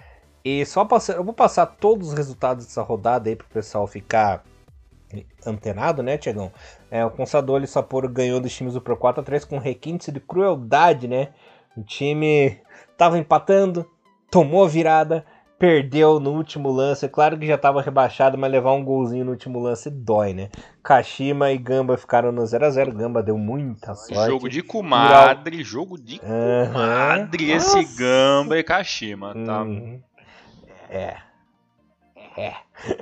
E só passando, eu vou passar todos os resultados dessa rodada aí pro pessoal ficar antenado, né, Tiagão? É, o Consadole Sapporo ganhou dos times do Pro quatro a três com requinte de crueldade, né? O time tava empatando, tomou a virada, perdeu no último lance. É claro que já tava rebaixado, mas levar um golzinho no último lance dói, né? Kashima e Gamba ficaram no zero a zero. Gamba deu muita sorte. Jogo de comadre, Ural... jogo de uhum. comadre, esse Nossa. Gamba e Kashima, tá? Uhum. É. É.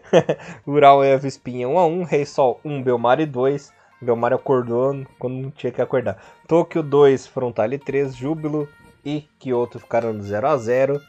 Ural e Espinha um a um, Rei Sol um, Belmari dois. Belmari acordou quando não tinha que acordar. Tóquio dois, Frontale três, Júbilo e Kyoto ficaram no zero a zero.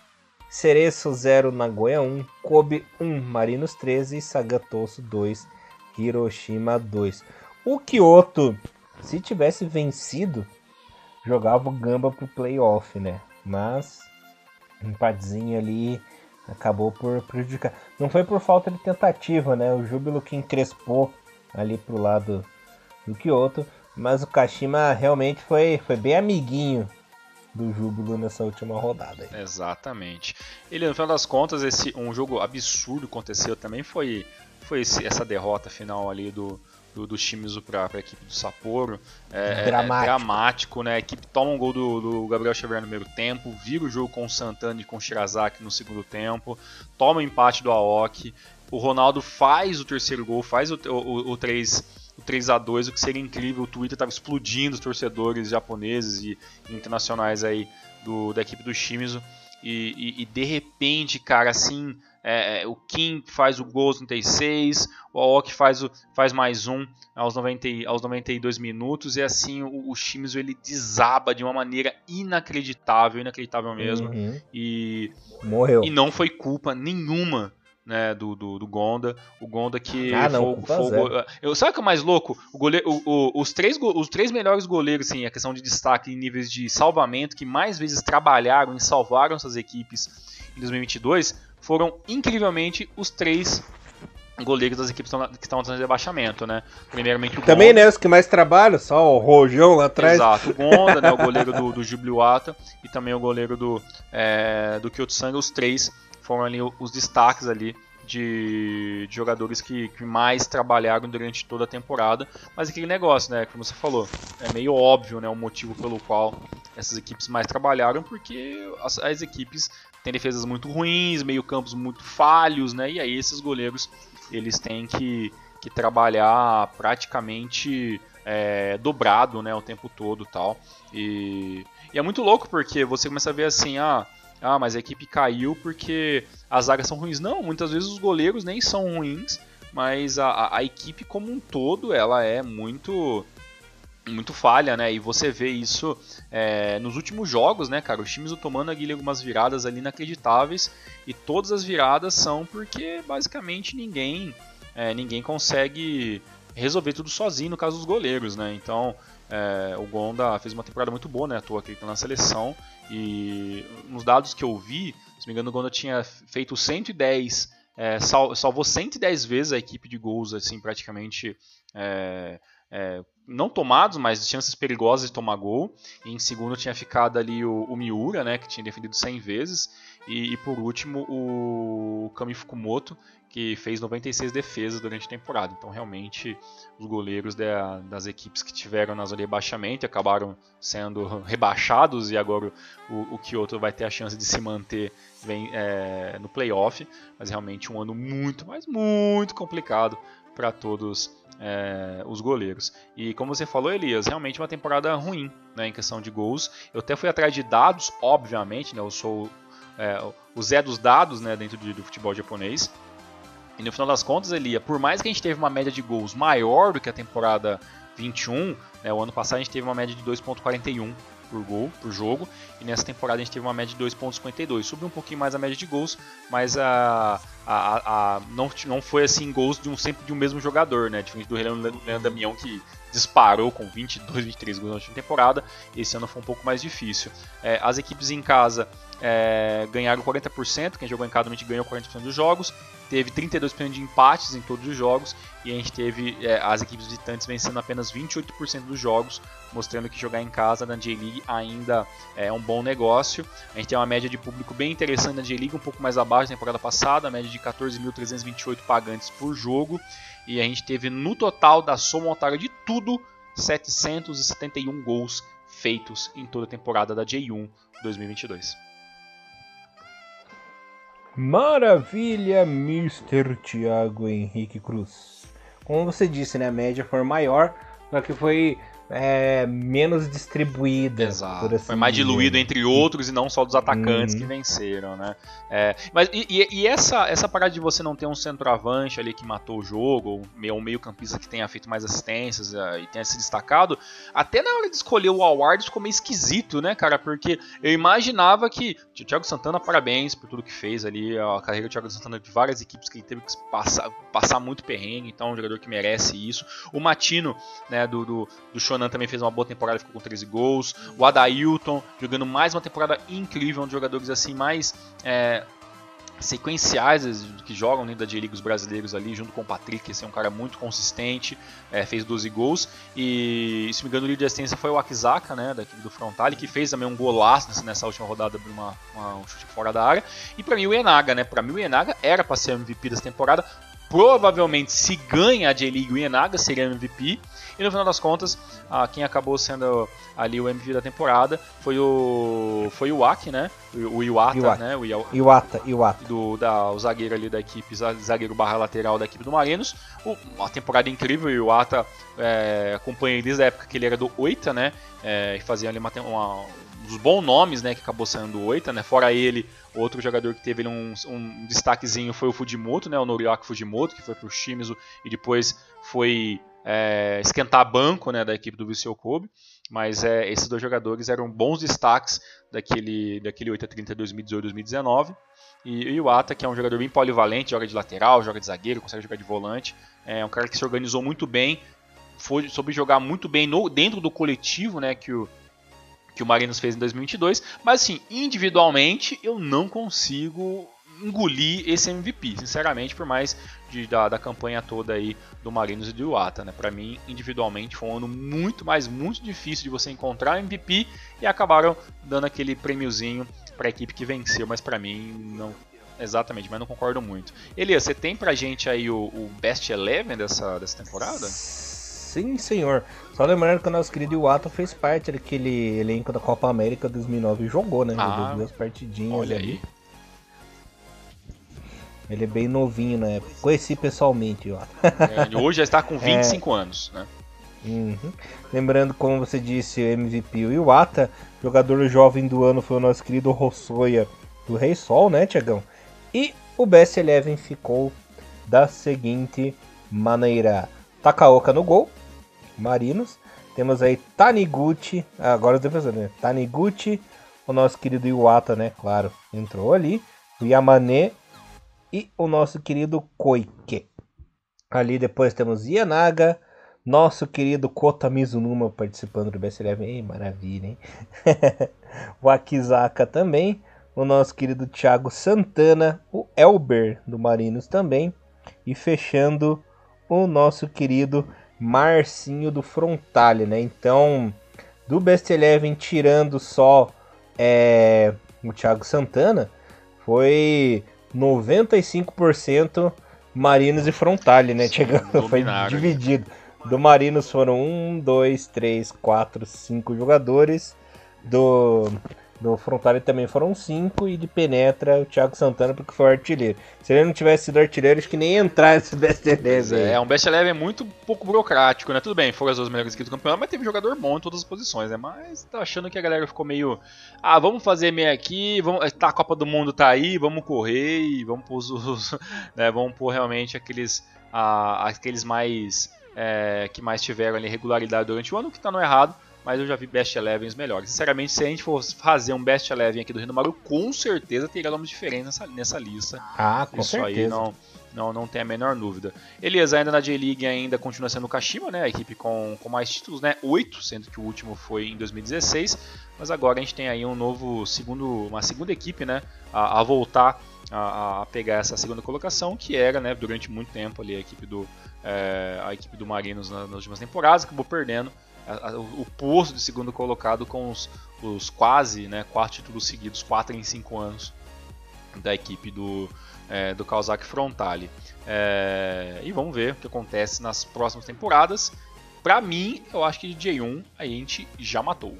Cereço zero, Nagoya um, Kobe um, Marinos treze e Sagatoso dois, Hiroshima dois. O Kyoto, se tivesse vencido, jogava o Gamba pro playoff, né? Mas um empatezinho ali acabou por prejudicar. Não foi por falta de tentativa, né? O Júbilo que encrespou ali pro lado do Kyoto, mas o Kashima realmente foi, foi bem amiguinho do Júbilo nessa última rodada aí. Exatamente. Ele, no final das contas, esse, um jogo absurdo aconteceu também, foi, foi esse, essa derrota final ali do, do, dos times para a equipe do Sapporo. É, dramático. É, é dramático, né? A equipe toma um gol do, do Gabriel Xavier no primeiro tempo, vira o jogo com o Santana e com o Shirazaki no segundo tempo, toma o empate do Aoki, o Ronaldo faz o terceiro gol, faz o, o, o três a dois, o que seria incrível. O Twitter estava explodindo, os torcedores japoneses e internacionais aí do, da equipe do Shimizu e, e, e de repente, cara, assim, é, o Kim faz o gol aos trinta e seis, o Aoki faz, o, faz mais um aos, noventa, aos noventa e dois minutos, e assim o, o Shimizu ele desaba de uma maneira inacreditável, inacreditável mesmo, Uhum. e, Morreu. e não foi culpa nenhuma, né, do, do, do Gonda, o Gonda que Ah, não, foi, foi o go... eu, sabe o que é mais louco? O goleiro, o, o, os, três, os três melhores goleiros, assim, a questão de destaque em níveis de salvamento, que mais vezes trabalharam e salvaram essas equipes em dois mil e vinte e dois, foram incrivelmente os três goleiros das equipes que estão no rebaixamento, né? Primeiramente o Também, Gonda, né, os que mais trabalham, só o Rojão lá atrás. Exato, o Gonda, né, o goleiro do, do Jubiluata, e também o goleiro do, é, do Kyoto-Sanga, os três foram ali os destaques ali de, de jogadores que, que mais trabalharam durante toda a temporada. Mas aquele negócio, né, como você falou, é meio óbvio, né, o motivo pelo qual essas equipes mais trabalharam, porque as, as equipes têm defesas muito ruins, meio campos muito falhos, né, e aí esses goleiros eles têm que, que trabalhar praticamente é, dobrado, né, o tempo todo, tal. E, e é muito louco porque você começa a ver assim, ah, ah, mas a equipe caiu porque as zagas são ruins. Não, muitas vezes os goleiros nem são ruins, mas a, a, a equipe como um todo, ela é muito muito falha, né? E você vê isso é, nos últimos jogos, né, cara? Os times tomando ali algumas viradas ali inacreditáveis, e todas as viradas são porque basicamente ninguém é, ninguém consegue resolver tudo sozinho no caso dos goleiros, né? Então é, o Gonda fez uma temporada muito boa, né? À toa aqui na seleção. E nos dados que eu vi, se não me engano, o Gonda tinha feito cento e dez, é, sal, salvou cento e dez vezes a equipe de gols, assim, praticamente é, é, não tomados, mas chances perigosas de tomar gol. E em segundo tinha ficado ali o, o Miura, né, que tinha defendido cem vezes. E, e por último o Kami Fukumoto, que fez noventa e seis defesas durante a temporada. Então realmente os goleiros da, das equipes que tiveram na zona de rebaixamento acabaram sendo rebaixados, e agora o, o Kyoto vai ter a chance de se manter bem, é, no playoff. Mas realmente um ano muito, mas muito complicado para todos é, os goleiros. E como você falou, Elias, realmente uma temporada ruim, né, em questão de gols. Eu até fui atrás de dados, obviamente, né, eu sou é, o Zé dos dados, né, dentro de, do futebol japonês. E no final das contas, Elia, por mais que a gente teve uma média de gols maior do que a temporada vinte e um, né, o ano passado a gente teve uma média de dois ponto quarenta e um por gol, por jogo, e nessa temporada a gente teve uma média de dois ponto cinquenta e dois. Subiu um pouquinho mais a média de gols, mas a, a, a, não, não foi assim gols de um, sempre de um mesmo jogador, né? Diferente do Leandro Damião, que disparou com vinte e dois, vinte e três gols na última temporada. Esse ano foi um pouco mais difícil. É, as equipes em casa é, ganharam quarenta por cento, quem jogou em casa realmente ganhou quarenta por cento dos jogos. Teve trinta e dois por cento de empates em todos os jogos, e a gente teve é, as equipes visitantes vencendo apenas vinte e oito por cento dos jogos, mostrando que jogar em casa na J-League ainda é um bom negócio. A gente tem uma média de público bem interessante na J-League, um pouco mais abaixo da temporada passada, a média de quatorze mil trezentos e vinte e oito pagantes por jogo, e a gente teve no total da soma monetária de tudo setecentos e setenta e um gols feitos em toda a temporada da J um dois mil e vinte e dois. Maravilha, mister Thiago Henrique Cruz. Como você disse, né, a média foi maior, só que foi é, menos distribuída. Exato. Por assim foi mais dizer. diluído entre outros e não só dos atacantes Uhum. que venceram, né? É, mas e, e essa, essa parada de você não ter um centroavante ali que matou o jogo, ou meio, um meio campista que tenha feito mais assistências uh, e tenha se destacado, até na hora de escolher o award ficou meio esquisito, né, cara? Porque eu imaginava que o Thiago Santana, parabéns por tudo que fez ali, a carreira do Thiago Santana de várias equipes que ele teve que passar, passar muito perrengue, então é um jogador que merece isso. O Matino, né, do, do, do Shonan também fez uma boa temporada, ficou com treze gols. O Adailton jogando mais uma temporada incrível, um dos jogadores assim mais é, sequenciais que jogam dentro da J-League, os brasileiros ali, junto com o Patrick, esse é um cara muito consistente, é, fez doze gols. E se me engano, o líder de assistência foi o Akizaka, né, da equipe do Frontale, que fez também um golaço nessa, nessa última rodada, uma, uma, um chute fora da área. E pra mim o Ienaga, né, pra mim o Ienaga era pra ser M V P dessa temporada. Provavelmente, se ganha a J-League, o Ienaga seria M V P. E no final das contas, ah, quem acabou sendo ali o M V P da temporada foi o foi o Aki, né? O, o Iwata, Iwata, né? O Iwata, Iwata. Do, da, o zagueiro ali da equipe, zagueiro barra lateral da equipe do Marinos. O, uma temporada incrível, o Iwata é, acompanha desde a época que ele era do Oita, né? É, e fazia ali uma, uma dos bons nomes, né, que acabou saindo do Oita, né? Fora ele, outro jogador que teve um, um destaquezinho foi o Fujimoto, né? O Noriaki Fujimoto, que foi pro Shimizu e depois foi é, esquentar banco, né, da equipe do Vissel Kobe. Mas é, esses dois jogadores eram bons destaques daquele, daquele Oita trinta dois mil e dezoito dois mil e dezenove. E, e o Ata, que é um jogador bem polivalente, joga de lateral, joga de zagueiro, consegue jogar de volante. É um cara que se organizou muito bem, foi, soube jogar muito bem no, dentro do coletivo, né, que o, que o Marinos fez em dois mil e vinte e dois. Mas assim, individualmente eu não consigo engolir esse M V P, sinceramente, por mais de, da, da campanha toda aí do Marinos e do Iwata, né? Para mim, individualmente, foi um ano muito, mas muito difícil de você encontrar M V P e acabaram dando aquele prêmiozinho para a equipe que venceu, mas para mim não exatamente, mas não concordo muito. Elias, você tem pra gente aí o, o Best Eleven dessa, dessa temporada? Sim, senhor. Só lembrando que o nosso querido Iwata fez parte daquele elenco da Copa América dois mil e nove e jogou, né? Ah, jogou duas partidinhas olha ali. aí. Ele é bem novinho na época. Conheci pessoalmente, Iwata. É, hoje já está com vinte e cinco é... anos, né? Uhum. Lembrando, como você disse, o M V P o Iwata, jogador jovem do ano foi o nosso querido Hosoya do Rei Sol, né, Tiagão? E o Best Eleven ficou da seguinte maneira: Takaoka no gol, Marinos. Temos aí Taniguchi, agora os defensores, né? Taniguchi, o nosso querido Iwata, né? Claro, entrou ali. O Yamane e o nosso querido Koike. Ali depois temos Yanaga, nosso querido Kota Mizunuma participando do Best Eleven. Ei, maravilha, hein? O Akizaka também. O nosso querido Thiago Santana. O Elber do Marinos também. E fechando o nosso querido Marcinho do Frontale, né? Então, do Best Eleven, tirando só é, o Thiago Santana, foi noventa e cinco por cento Marinos e Frontale, né? Chegando, foi dividido. Do Marinos foram um, dois, três, quatro, cinco jogadores. Do, do Frontale também foram cinco. E de Penetra, o Thiago Santana, porque foi o artilheiro. Se ele não tivesse sido artilheiro, acho que nem ia entrar nesse Best Eleven. É, é um Best Eleven muito pouco burocrático, né? Tudo bem, foram as duas melhores equipes do campeonato, mas teve jogador bom em todas as posições, né? Mas tá achando que a galera ficou meio... Ah, vamos fazer meio aqui, vamos... Tá, a Copa do Mundo tá aí, vamos correr e vamos pôr os... né, vamos pôr realmente aqueles... Ah, aqueles mais... É, que mais tiveram ali regularidade durante o ano, que tá no errado, mas eu já vi Best Elevens melhores. Sinceramente, se a gente for fazer um Best Eleven aqui do Renomaru, com certeza teria nomes diferentes nessa, nessa lista. Ah, com Isso certeza. Aí não, não, não tem a menor dúvida. Elias, ainda na J-League ainda continua sendo o Kashima, né? A equipe com, com mais títulos, né? Oito, sendo que o último foi em dois mil e dezesseis. Mas agora a gente tem aí um novo segundo, uma segunda equipe, né? A, a voltar a, a pegar essa segunda colocação, que era, né? Durante muito tempo ali a equipe do É, a equipe do Marinos nas, nas últimas temporadas, acabou perdendo a, a, o posto de segundo colocado com os, os quase né, quatro títulos seguidos, quatro em cinco anos da equipe do, é, do Kawasaki Frontale. É, e vamos ver o que acontece nas próximas temporadas. Pra mim, eu acho que de J um a gente já matou.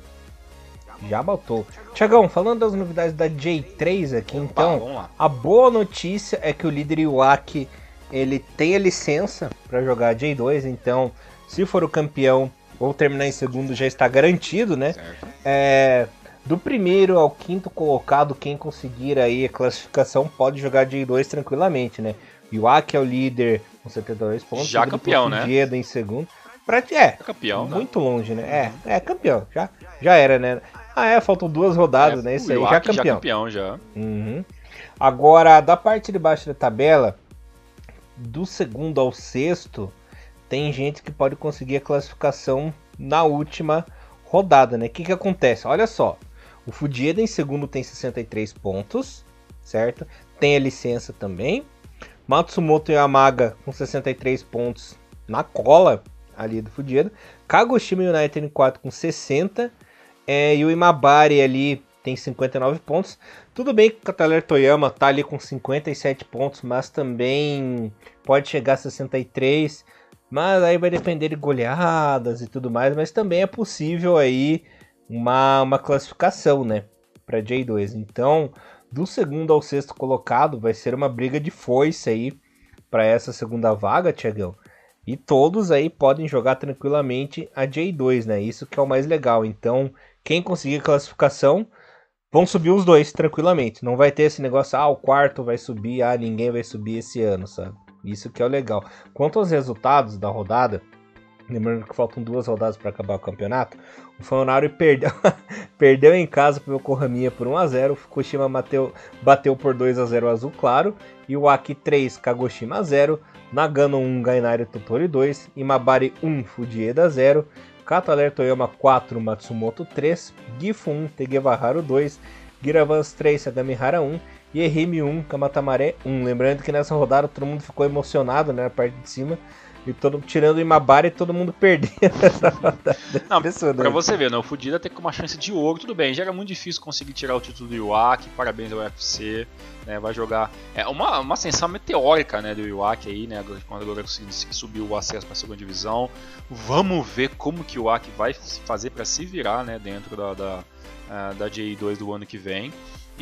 Já matou. Tiagão, falando das novidades da J três aqui, Opa, então, a boa notícia é que o líder Iwaki ele tem a licença para jogar J dois, então se for o campeão ou terminar em segundo já está garantido, né? É, do primeiro ao quinto colocado, quem conseguir aí a classificação pode jogar J dois tranquilamente, né? O Iwaki é o líder com setenta e dois pontos, já campeão, né? Fujieda em segundo. Pra, é, é campeão, muito né? longe, né? É, é campeão, já, já era, né? Ah, é, faltam duas rodadas, é, né? Isso aí, já campeão. Já campeão, já. Uhum. Agora, da parte de baixo da tabela, do segundo ao sexto, tem gente que pode conseguir a classificação na última rodada, né? O que que acontece? Olha só, o Fujieda em segundo tem sessenta e três pontos, certo? Tem a licença também. Matsumoto Yamaga com sessenta e três pontos na cola ali do Fujieda. Kagoshima United em quarto com sessenta. É, e o Imabari ali tem cinquenta e nove pontos. Tudo bem que o Kataler Toyama tá ali com cinquenta e sete pontos, mas também pode chegar a sessenta e três. Mas aí vai depender de goleadas e tudo mais. Mas também é possível aí uma, uma classificação, né, para J dois. Então, do segundo ao sexto colocado, vai ser uma briga de foice aí para essa segunda vaga, Tiagão. E todos aí podem jogar tranquilamente a J dois, né? Isso que é o mais legal. Então, quem conseguir a classificação vão subir os dois tranquilamente. Não vai ter esse negócio, ah, o quarto vai subir, ah, ninguém vai subir esse ano, sabe? Isso que é o legal. Quanto aos resultados da rodada, lembrando que faltam duas rodadas para acabar o campeonato, o Funari perdeu, perdeu em casa para o Yokohama por um a zero, o Fukushima bateu, bateu por dois a zero Azul Claro, e o Aki três, Kagoshima zero, Nagano um, Gainari Tottori dois, Imabari um, Fujieda zero, Kato Aler Toyama quatro, Matsumoto três, Gifu um, Tegevaharu dois, Giravans três, Sagamihara um, e Ehime um, Kamatamare um. Lembrando que nessa rodada todo mundo ficou emocionado, né, na parte de cima, e todo, tirando o Imabari, todo mundo perdeu essa rodada. Não, pra você ver, né, o Fujieda tem uma chance de ouro, tudo bem, já era muito difícil conseguir tirar o título do Iwaki, parabéns ao U F C, né, vai jogar, é uma, uma ascensão meteórica, né, do Iwaki aí, né, quando agora conseguiu subir o acesso para a segunda divisão. Vamos ver como que o Iwaki vai fazer para se virar, né, dentro da, da, uh, da J dois do ano que vem.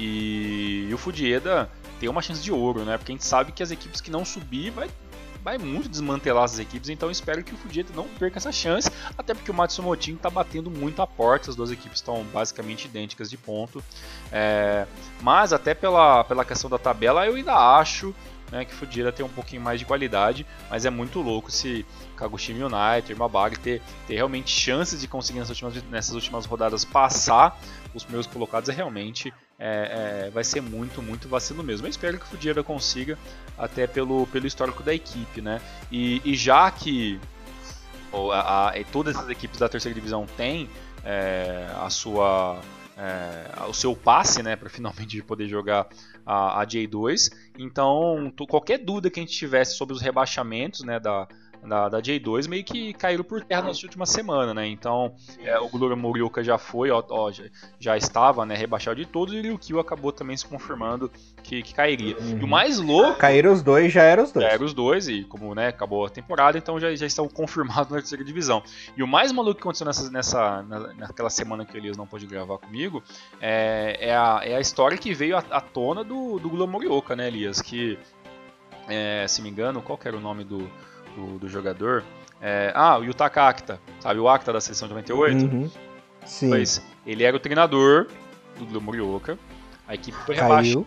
E, e o Fujieda tem uma chance de ouro, né, porque a gente sabe que as equipes que não subir vai vai muito desmantelar essas equipes, então eu espero que o Fujieda não perca essa chance, até porque o Matsumoto está batendo muito a porta, as duas equipes estão basicamente idênticas de ponto, é, mas até pela, pela questão da tabela eu ainda acho, né, que o Fujieda tem um pouquinho mais de qualidade, mas é muito louco se Kagoshima United, Imabari ter, ter realmente chances de conseguir nessas últimas, nessas últimas rodadas passar os primeiros colocados, é realmente é, é, vai ser muito, muito vacilo mesmo. Eu espero que o Fujieda consiga, até pelo, pelo histórico da equipe, né? E, e já que a, a, todas as equipes da terceira divisão têm é, a sua, é, o seu passe, né, para finalmente poder jogar a, a J dois, então qualquer dúvida que a gente tivesse sobre os rebaixamentos, né, da Da, da J dois meio que caíram por terra nas últimas semanas, né? Então é, o Glória Morioka já foi, ó, ó, já, já estava, né, rebaixado de todos, e o Ryukyu acabou também se confirmando que, que cairia. Uhum. E o mais louco... Caíram os dois, já eram os dois. Já eram os dois, e como, né, acabou a temporada, então já, já estão confirmados na terceira divisão. E o mais maluco que aconteceu nessa, nessa, naquela semana que o Elias não pôde gravar comigo é, é, a, é a história que veio à, à tona do, do Glória Morioka, né, Elias? Que, é, se me engano, qual que era o nome do... Do, do jogador, é, ah, o Yutaka Akita, sabe, o Akita da seleção de noventa e oito? Uhum. Sim. Pois, ele era o treinador do Glória Morioka, a equipe foi rebaixada,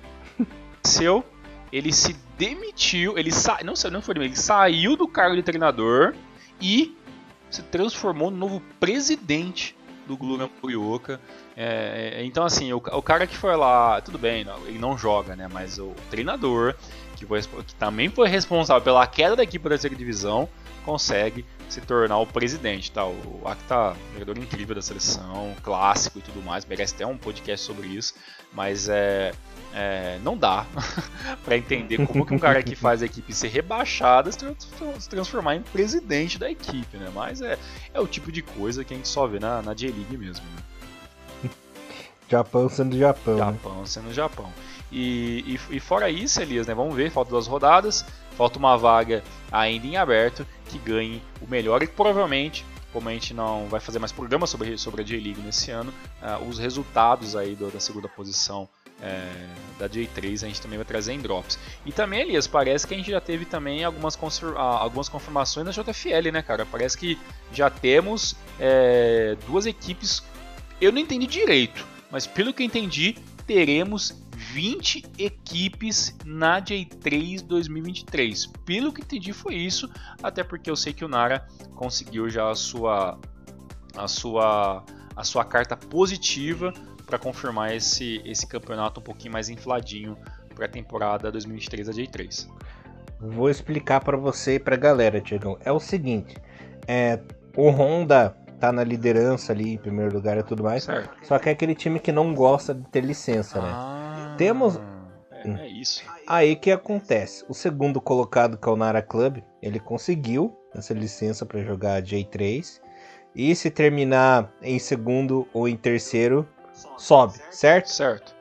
ele se demitiu, ele sa... não, não foi ele saiu do cargo de treinador e se transformou no novo presidente do Glória Morioka. É, então assim, o, o cara que foi lá, tudo bem, não, ele não joga, né, mas o treinador que, foi, que também foi responsável pela queda da equipe da terceira divisão consegue se tornar o presidente, tá? O Akita, jogador incrível da seleção, clássico e tudo mais, merece até um podcast sobre isso, mas é, é não dá para entender como que um cara que faz a equipe ser rebaixada se transformar em presidente da equipe, né? Mas é, é o tipo de coisa que a gente só vê na, na J-League mesmo, né? Japão sendo Japão. Japão né? sendo Japão. E, e, e fora isso, Elias, né, vamos ver, faltam duas rodadas, falta uma vaga ainda em aberto que ganhe o melhor e provavelmente, como a gente não vai fazer mais programa sobre, sobre a J-League nesse ano, uh, os resultados aí do, da segunda posição é, da J três a gente também vai trazer em drops. E também, Elias, parece que a gente já teve também algumas, algumas confirmações da J F L, né, cara? Parece que já temos é, duas equipes, eu não entendi direito, mas pelo que eu entendi, teremos vinte equipes na J três dois mil e vinte e três. Pelo que entendi foi isso, até porque eu sei que o Nara conseguiu já a sua a sua a sua carta positiva para confirmar esse esse campeonato um pouquinho mais infladinho para a temporada dois mil e vinte e três da J três. Vou explicar para você e para a galera, Tiagão. É o seguinte, é, o Honda tá na liderança ali em primeiro lugar e tudo mais, certo. Só que é aquele time que não gosta de ter licença, né? Ah, Temos... É, é isso. Aí que acontece? O segundo colocado, que é o Nara Club, ele conseguiu essa licença para jogar a J três. E se terminar em segundo ou em terceiro, sobe, certo? Certo.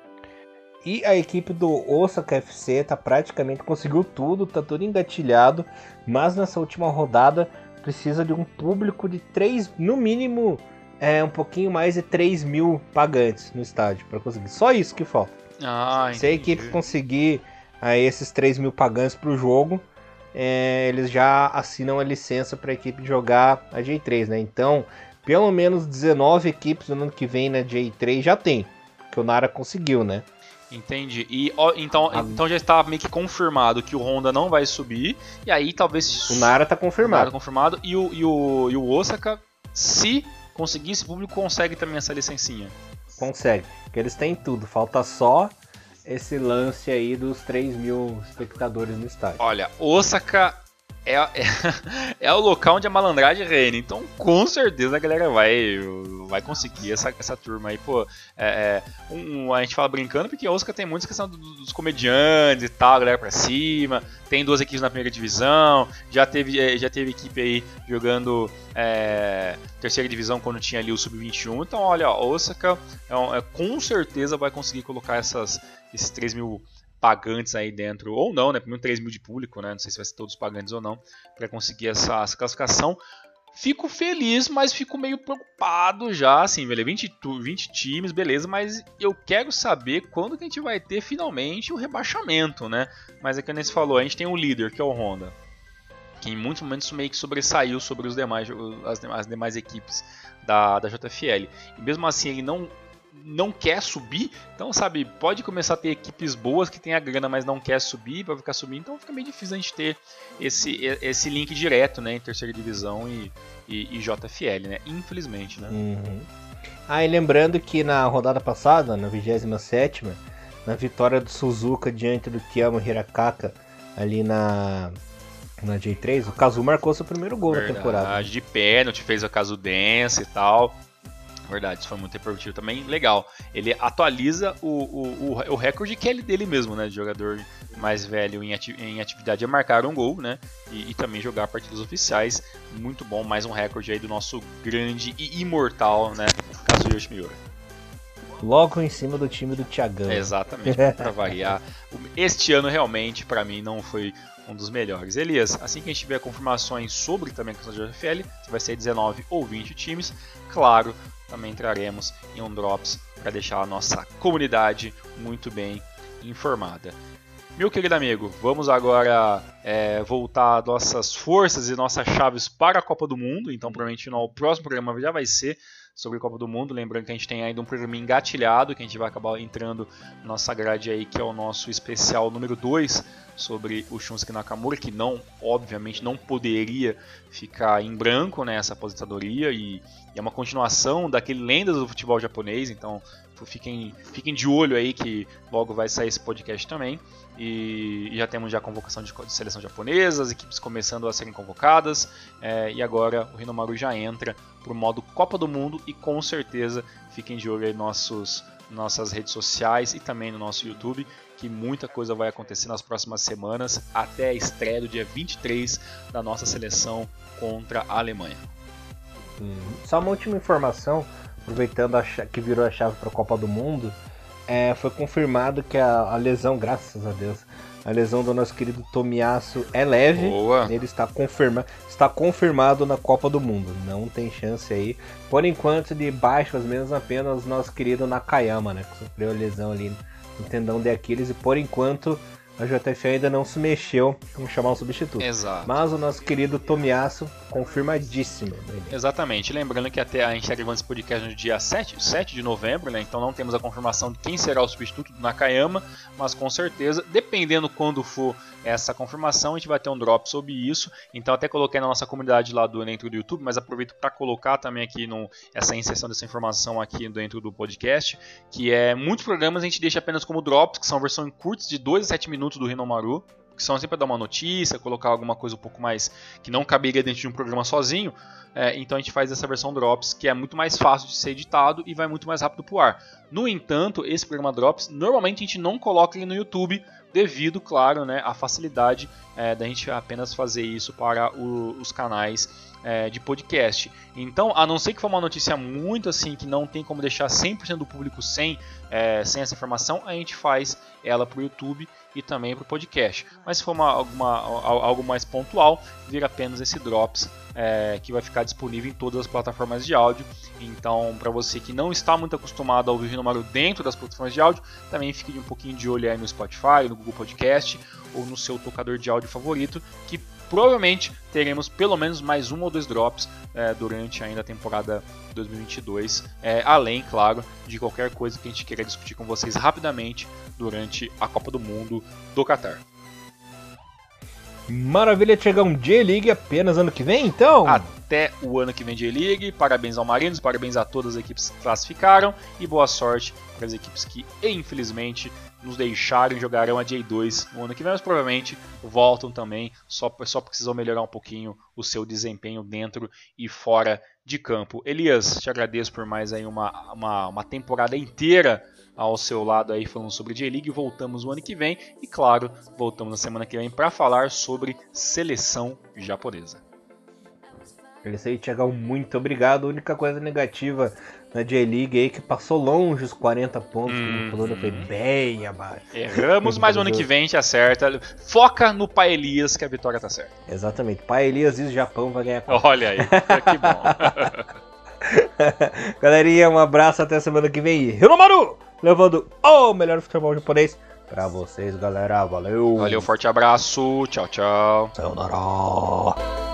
E a equipe do Osaka F C tá praticamente conseguiu tudo, tá tudo engatilhado, mas nessa última rodada precisa de um público de três, no mínimo, é, um pouquinho mais de três mil pagantes no estádio para conseguir. Só isso que falta. Ah, Se a equipe conseguir aí, esses três mil pagantes para o jogo, é, eles já assinam a licença para a equipe jogar a J três, né? Então, pelo menos dezenove equipes no ano que vem na J três já tem, que o Nara conseguiu, né? Entendi. E ó, então, ah, então já está meio que confirmado que o Honda não vai subir. E aí talvez. O Nara tá confirmado. O Nara tá confirmado. E o, e, o, e o Osaka, se conseguir esse público, consegue também essa licencinha. Consegue. Porque eles têm tudo. Falta só esse lance aí dos três mil espectadores no estádio. Olha, Osaka é, é, é o local onde a malandragem reina. Então, com certeza a galera vai, vai conseguir essa, essa turma aí. Pô, é, é, um, a gente fala brincando porque a Osaka tem muita questão dos comediantes e tal, a galera pra cima. Tem duas equipes na primeira divisão. Já teve, já teve equipe aí jogando é, terceira divisão quando tinha ali o sub vinte e um. Então, olha, a Osaka é, é, com certeza vai conseguir colocar essas, esses três mil pagantes aí dentro, ou não, né? Primeiro três mil de público, né? Não sei se vai ser todos pagantes ou não, para conseguir essa, essa classificação. Fico feliz, mas fico meio preocupado já, assim, velho. vinte, vinte times, beleza, mas eu quero saber quando que a gente vai ter finalmente o rebaixamento, né? Mas é que nem se falou, a gente tem um líder, que é o Honda, que em muitos momentos meio que sobressaiu sobre os demais, as, as demais equipes da, da J F L. E mesmo assim ele não não quer subir, então sabe, pode começar a ter equipes boas que tem a grana, mas não quer subir, vai ficar subindo, então fica meio difícil a gente ter esse, esse link direto, né, em terceira divisão e, e, e J F L, né, infelizmente, né. Uhum. Ah, e lembrando que na rodada passada, na vigésima sétima, na vitória do Suzuka diante do Kiyama Hirakaka, ali na, na J três, o Kazu marcou seu primeiro gol Verdade, na temporada. De pênalti, fez o Kazu Dance e tal. Verdade, isso foi muito repercutivo também, legal. Ele atualiza o, o, o, o recorde que é dele mesmo, né? De jogador mais velho em, ati em atividade a marcar um gol, né? E, e também jogar partidas oficiais. Muito bom, mais um recorde aí do nosso grande e imortal, né? Kazuyoshi Miura. Logo em cima do time do Thiagão. É, exatamente, para variar. Este ano realmente, para mim, não foi um dos melhores. Elias, assim que a gente tiver confirmações sobre também a questão da J F L, se vai ser dezenove ou vinte times, claro, também entraremos em um Drops para deixar a nossa comunidade muito bem informada. Meu querido amigo, vamos agora é, voltar nossas forças e nossas chaves para a Copa do Mundo. Então, provavelmente no próximo programa já vai ser sobre a Copa do Mundo. Lembrando que a gente tem ainda um programa engatilhado, que a gente vai acabar entrando na nossa grade aí, que é o nosso especial número dois, sobre o Shunsuke Nakamura, que não, obviamente, não poderia ficar em branco nessa aposentadoria, e, e é uma continuação daquele Lendas do Futebol Japonês, então fiquem, fiquem de olho aí que logo vai sair esse podcast também. E, e já temos já a convocação de, de seleção japonesa, as equipes começando a serem convocadas, é, e agora o Hinomaru já entra para o modo Copa do Mundo, e com certeza fiquem de olho aí nossos nossas redes sociais e também no nosso YouTube, que muita coisa vai acontecer nas próximas semanas, até a estreia do dia vinte e três da nossa seleção contra a Alemanha. Hum, só uma última informação, aproveitando a que virou a chave para a Copa do Mundo, é, foi confirmado que a, a lesão, graças a Deus, a lesão do nosso querido Tomiyasu é leve. Boa. Ele está, confirma, está confirmado na Copa do Mundo. Não tem chance aí. Por enquanto, de baixas mesmo, apenas nosso querido Nakayama, né? Que sofreu a lesão ali no tendão de Aquiles. E por enquanto, a J F ainda não se mexeu em chamar um substituto. Exato. Mas o nosso querido Tomiyasu, confirmadíssimo. Exatamente. Lembrando que até a gente está gravando esse podcast no dia sete, sete de novembro, né? Então não temos a confirmação de quem será o substituto do Nakayama, mas com certeza, dependendo quando for essa confirmação, a gente vai ter um drop sobre isso. Então até coloquei na nossa comunidade lá do, dentro do YouTube, mas aproveito para colocar também aqui no, essa inserção dessa informação aqui dentro do podcast, que é muitos programas a gente deixa apenas como drops, que são versões curtas de dois a sete minutos do Hinomaru, que são sempre para dar uma notícia, colocar alguma coisa um pouco mais que não caberia dentro de um programa sozinho. É, então a gente faz essa versão Drops, que é muito mais fácil de ser editado e vai muito mais rápido pro ar. No entanto, esse programa Drops, normalmente a gente não coloca ele no YouTube, devido, claro, né, à facilidade é, da gente apenas fazer isso para o, os canais é, de podcast. Então, a não ser que for uma notícia muito assim, que não tem como deixar cem por cento do público sem, é, sem essa informação, a gente faz ela para o YouTube e também para o podcast. Mas se for uma, alguma, algo mais pontual, vira apenas esse Drops, é, que vai ficar disponível em todas as plataformas de áudio. Então, para você que não está muito acostumado a ouvir o Hinomaru dentro das plataformas de áudio, também fique um pouquinho de olho aí no Spotify, no Google Podcast ou no seu tocador de áudio favorito, que provavelmente teremos pelo menos mais um ou dois drops é, durante ainda a temporada dois mil e vinte e dois, é, além, claro, de qualquer coisa que a gente queira discutir com vocês rapidamente durante a Copa do Mundo do Catar. Maravilha, chegar um J-League apenas ano que vem, então? Até o ano que vem J-League. Parabéns ao Marinos, parabéns a todas as equipes que classificaram e boa sorte para as equipes que, infelizmente, nos deixaram e jogarão a J dois no ano que vem, mas provavelmente voltam também, só, só precisam melhorar um pouquinho o seu desempenho dentro e fora de campo. Elias, te agradeço por mais aí uma, uma, uma temporada inteira ao seu lado aí falando sobre J-League. Voltamos no ano que vem e, claro, voltamos na semana que vem para falar sobre seleção japonesa. É isso aí, Thiagão, muito obrigado. A única coisa negativa na J-League aí que passou longe os quarenta pontos, hum, que falou, foi bem abaixo. Erramos, mas o ano que vem a gente acerta. Foca no Pai Elias que a vitória tá certa. Exatamente, Pai Elias e o Japão vai ganhar. Olha aí, que bom. Galerinha, um abraço, até semana que vem. Hiromaru, levando o melhor futebol japonês pra vocês, galera. Valeu. Valeu, forte abraço. Tchau, tchau. Sayonara.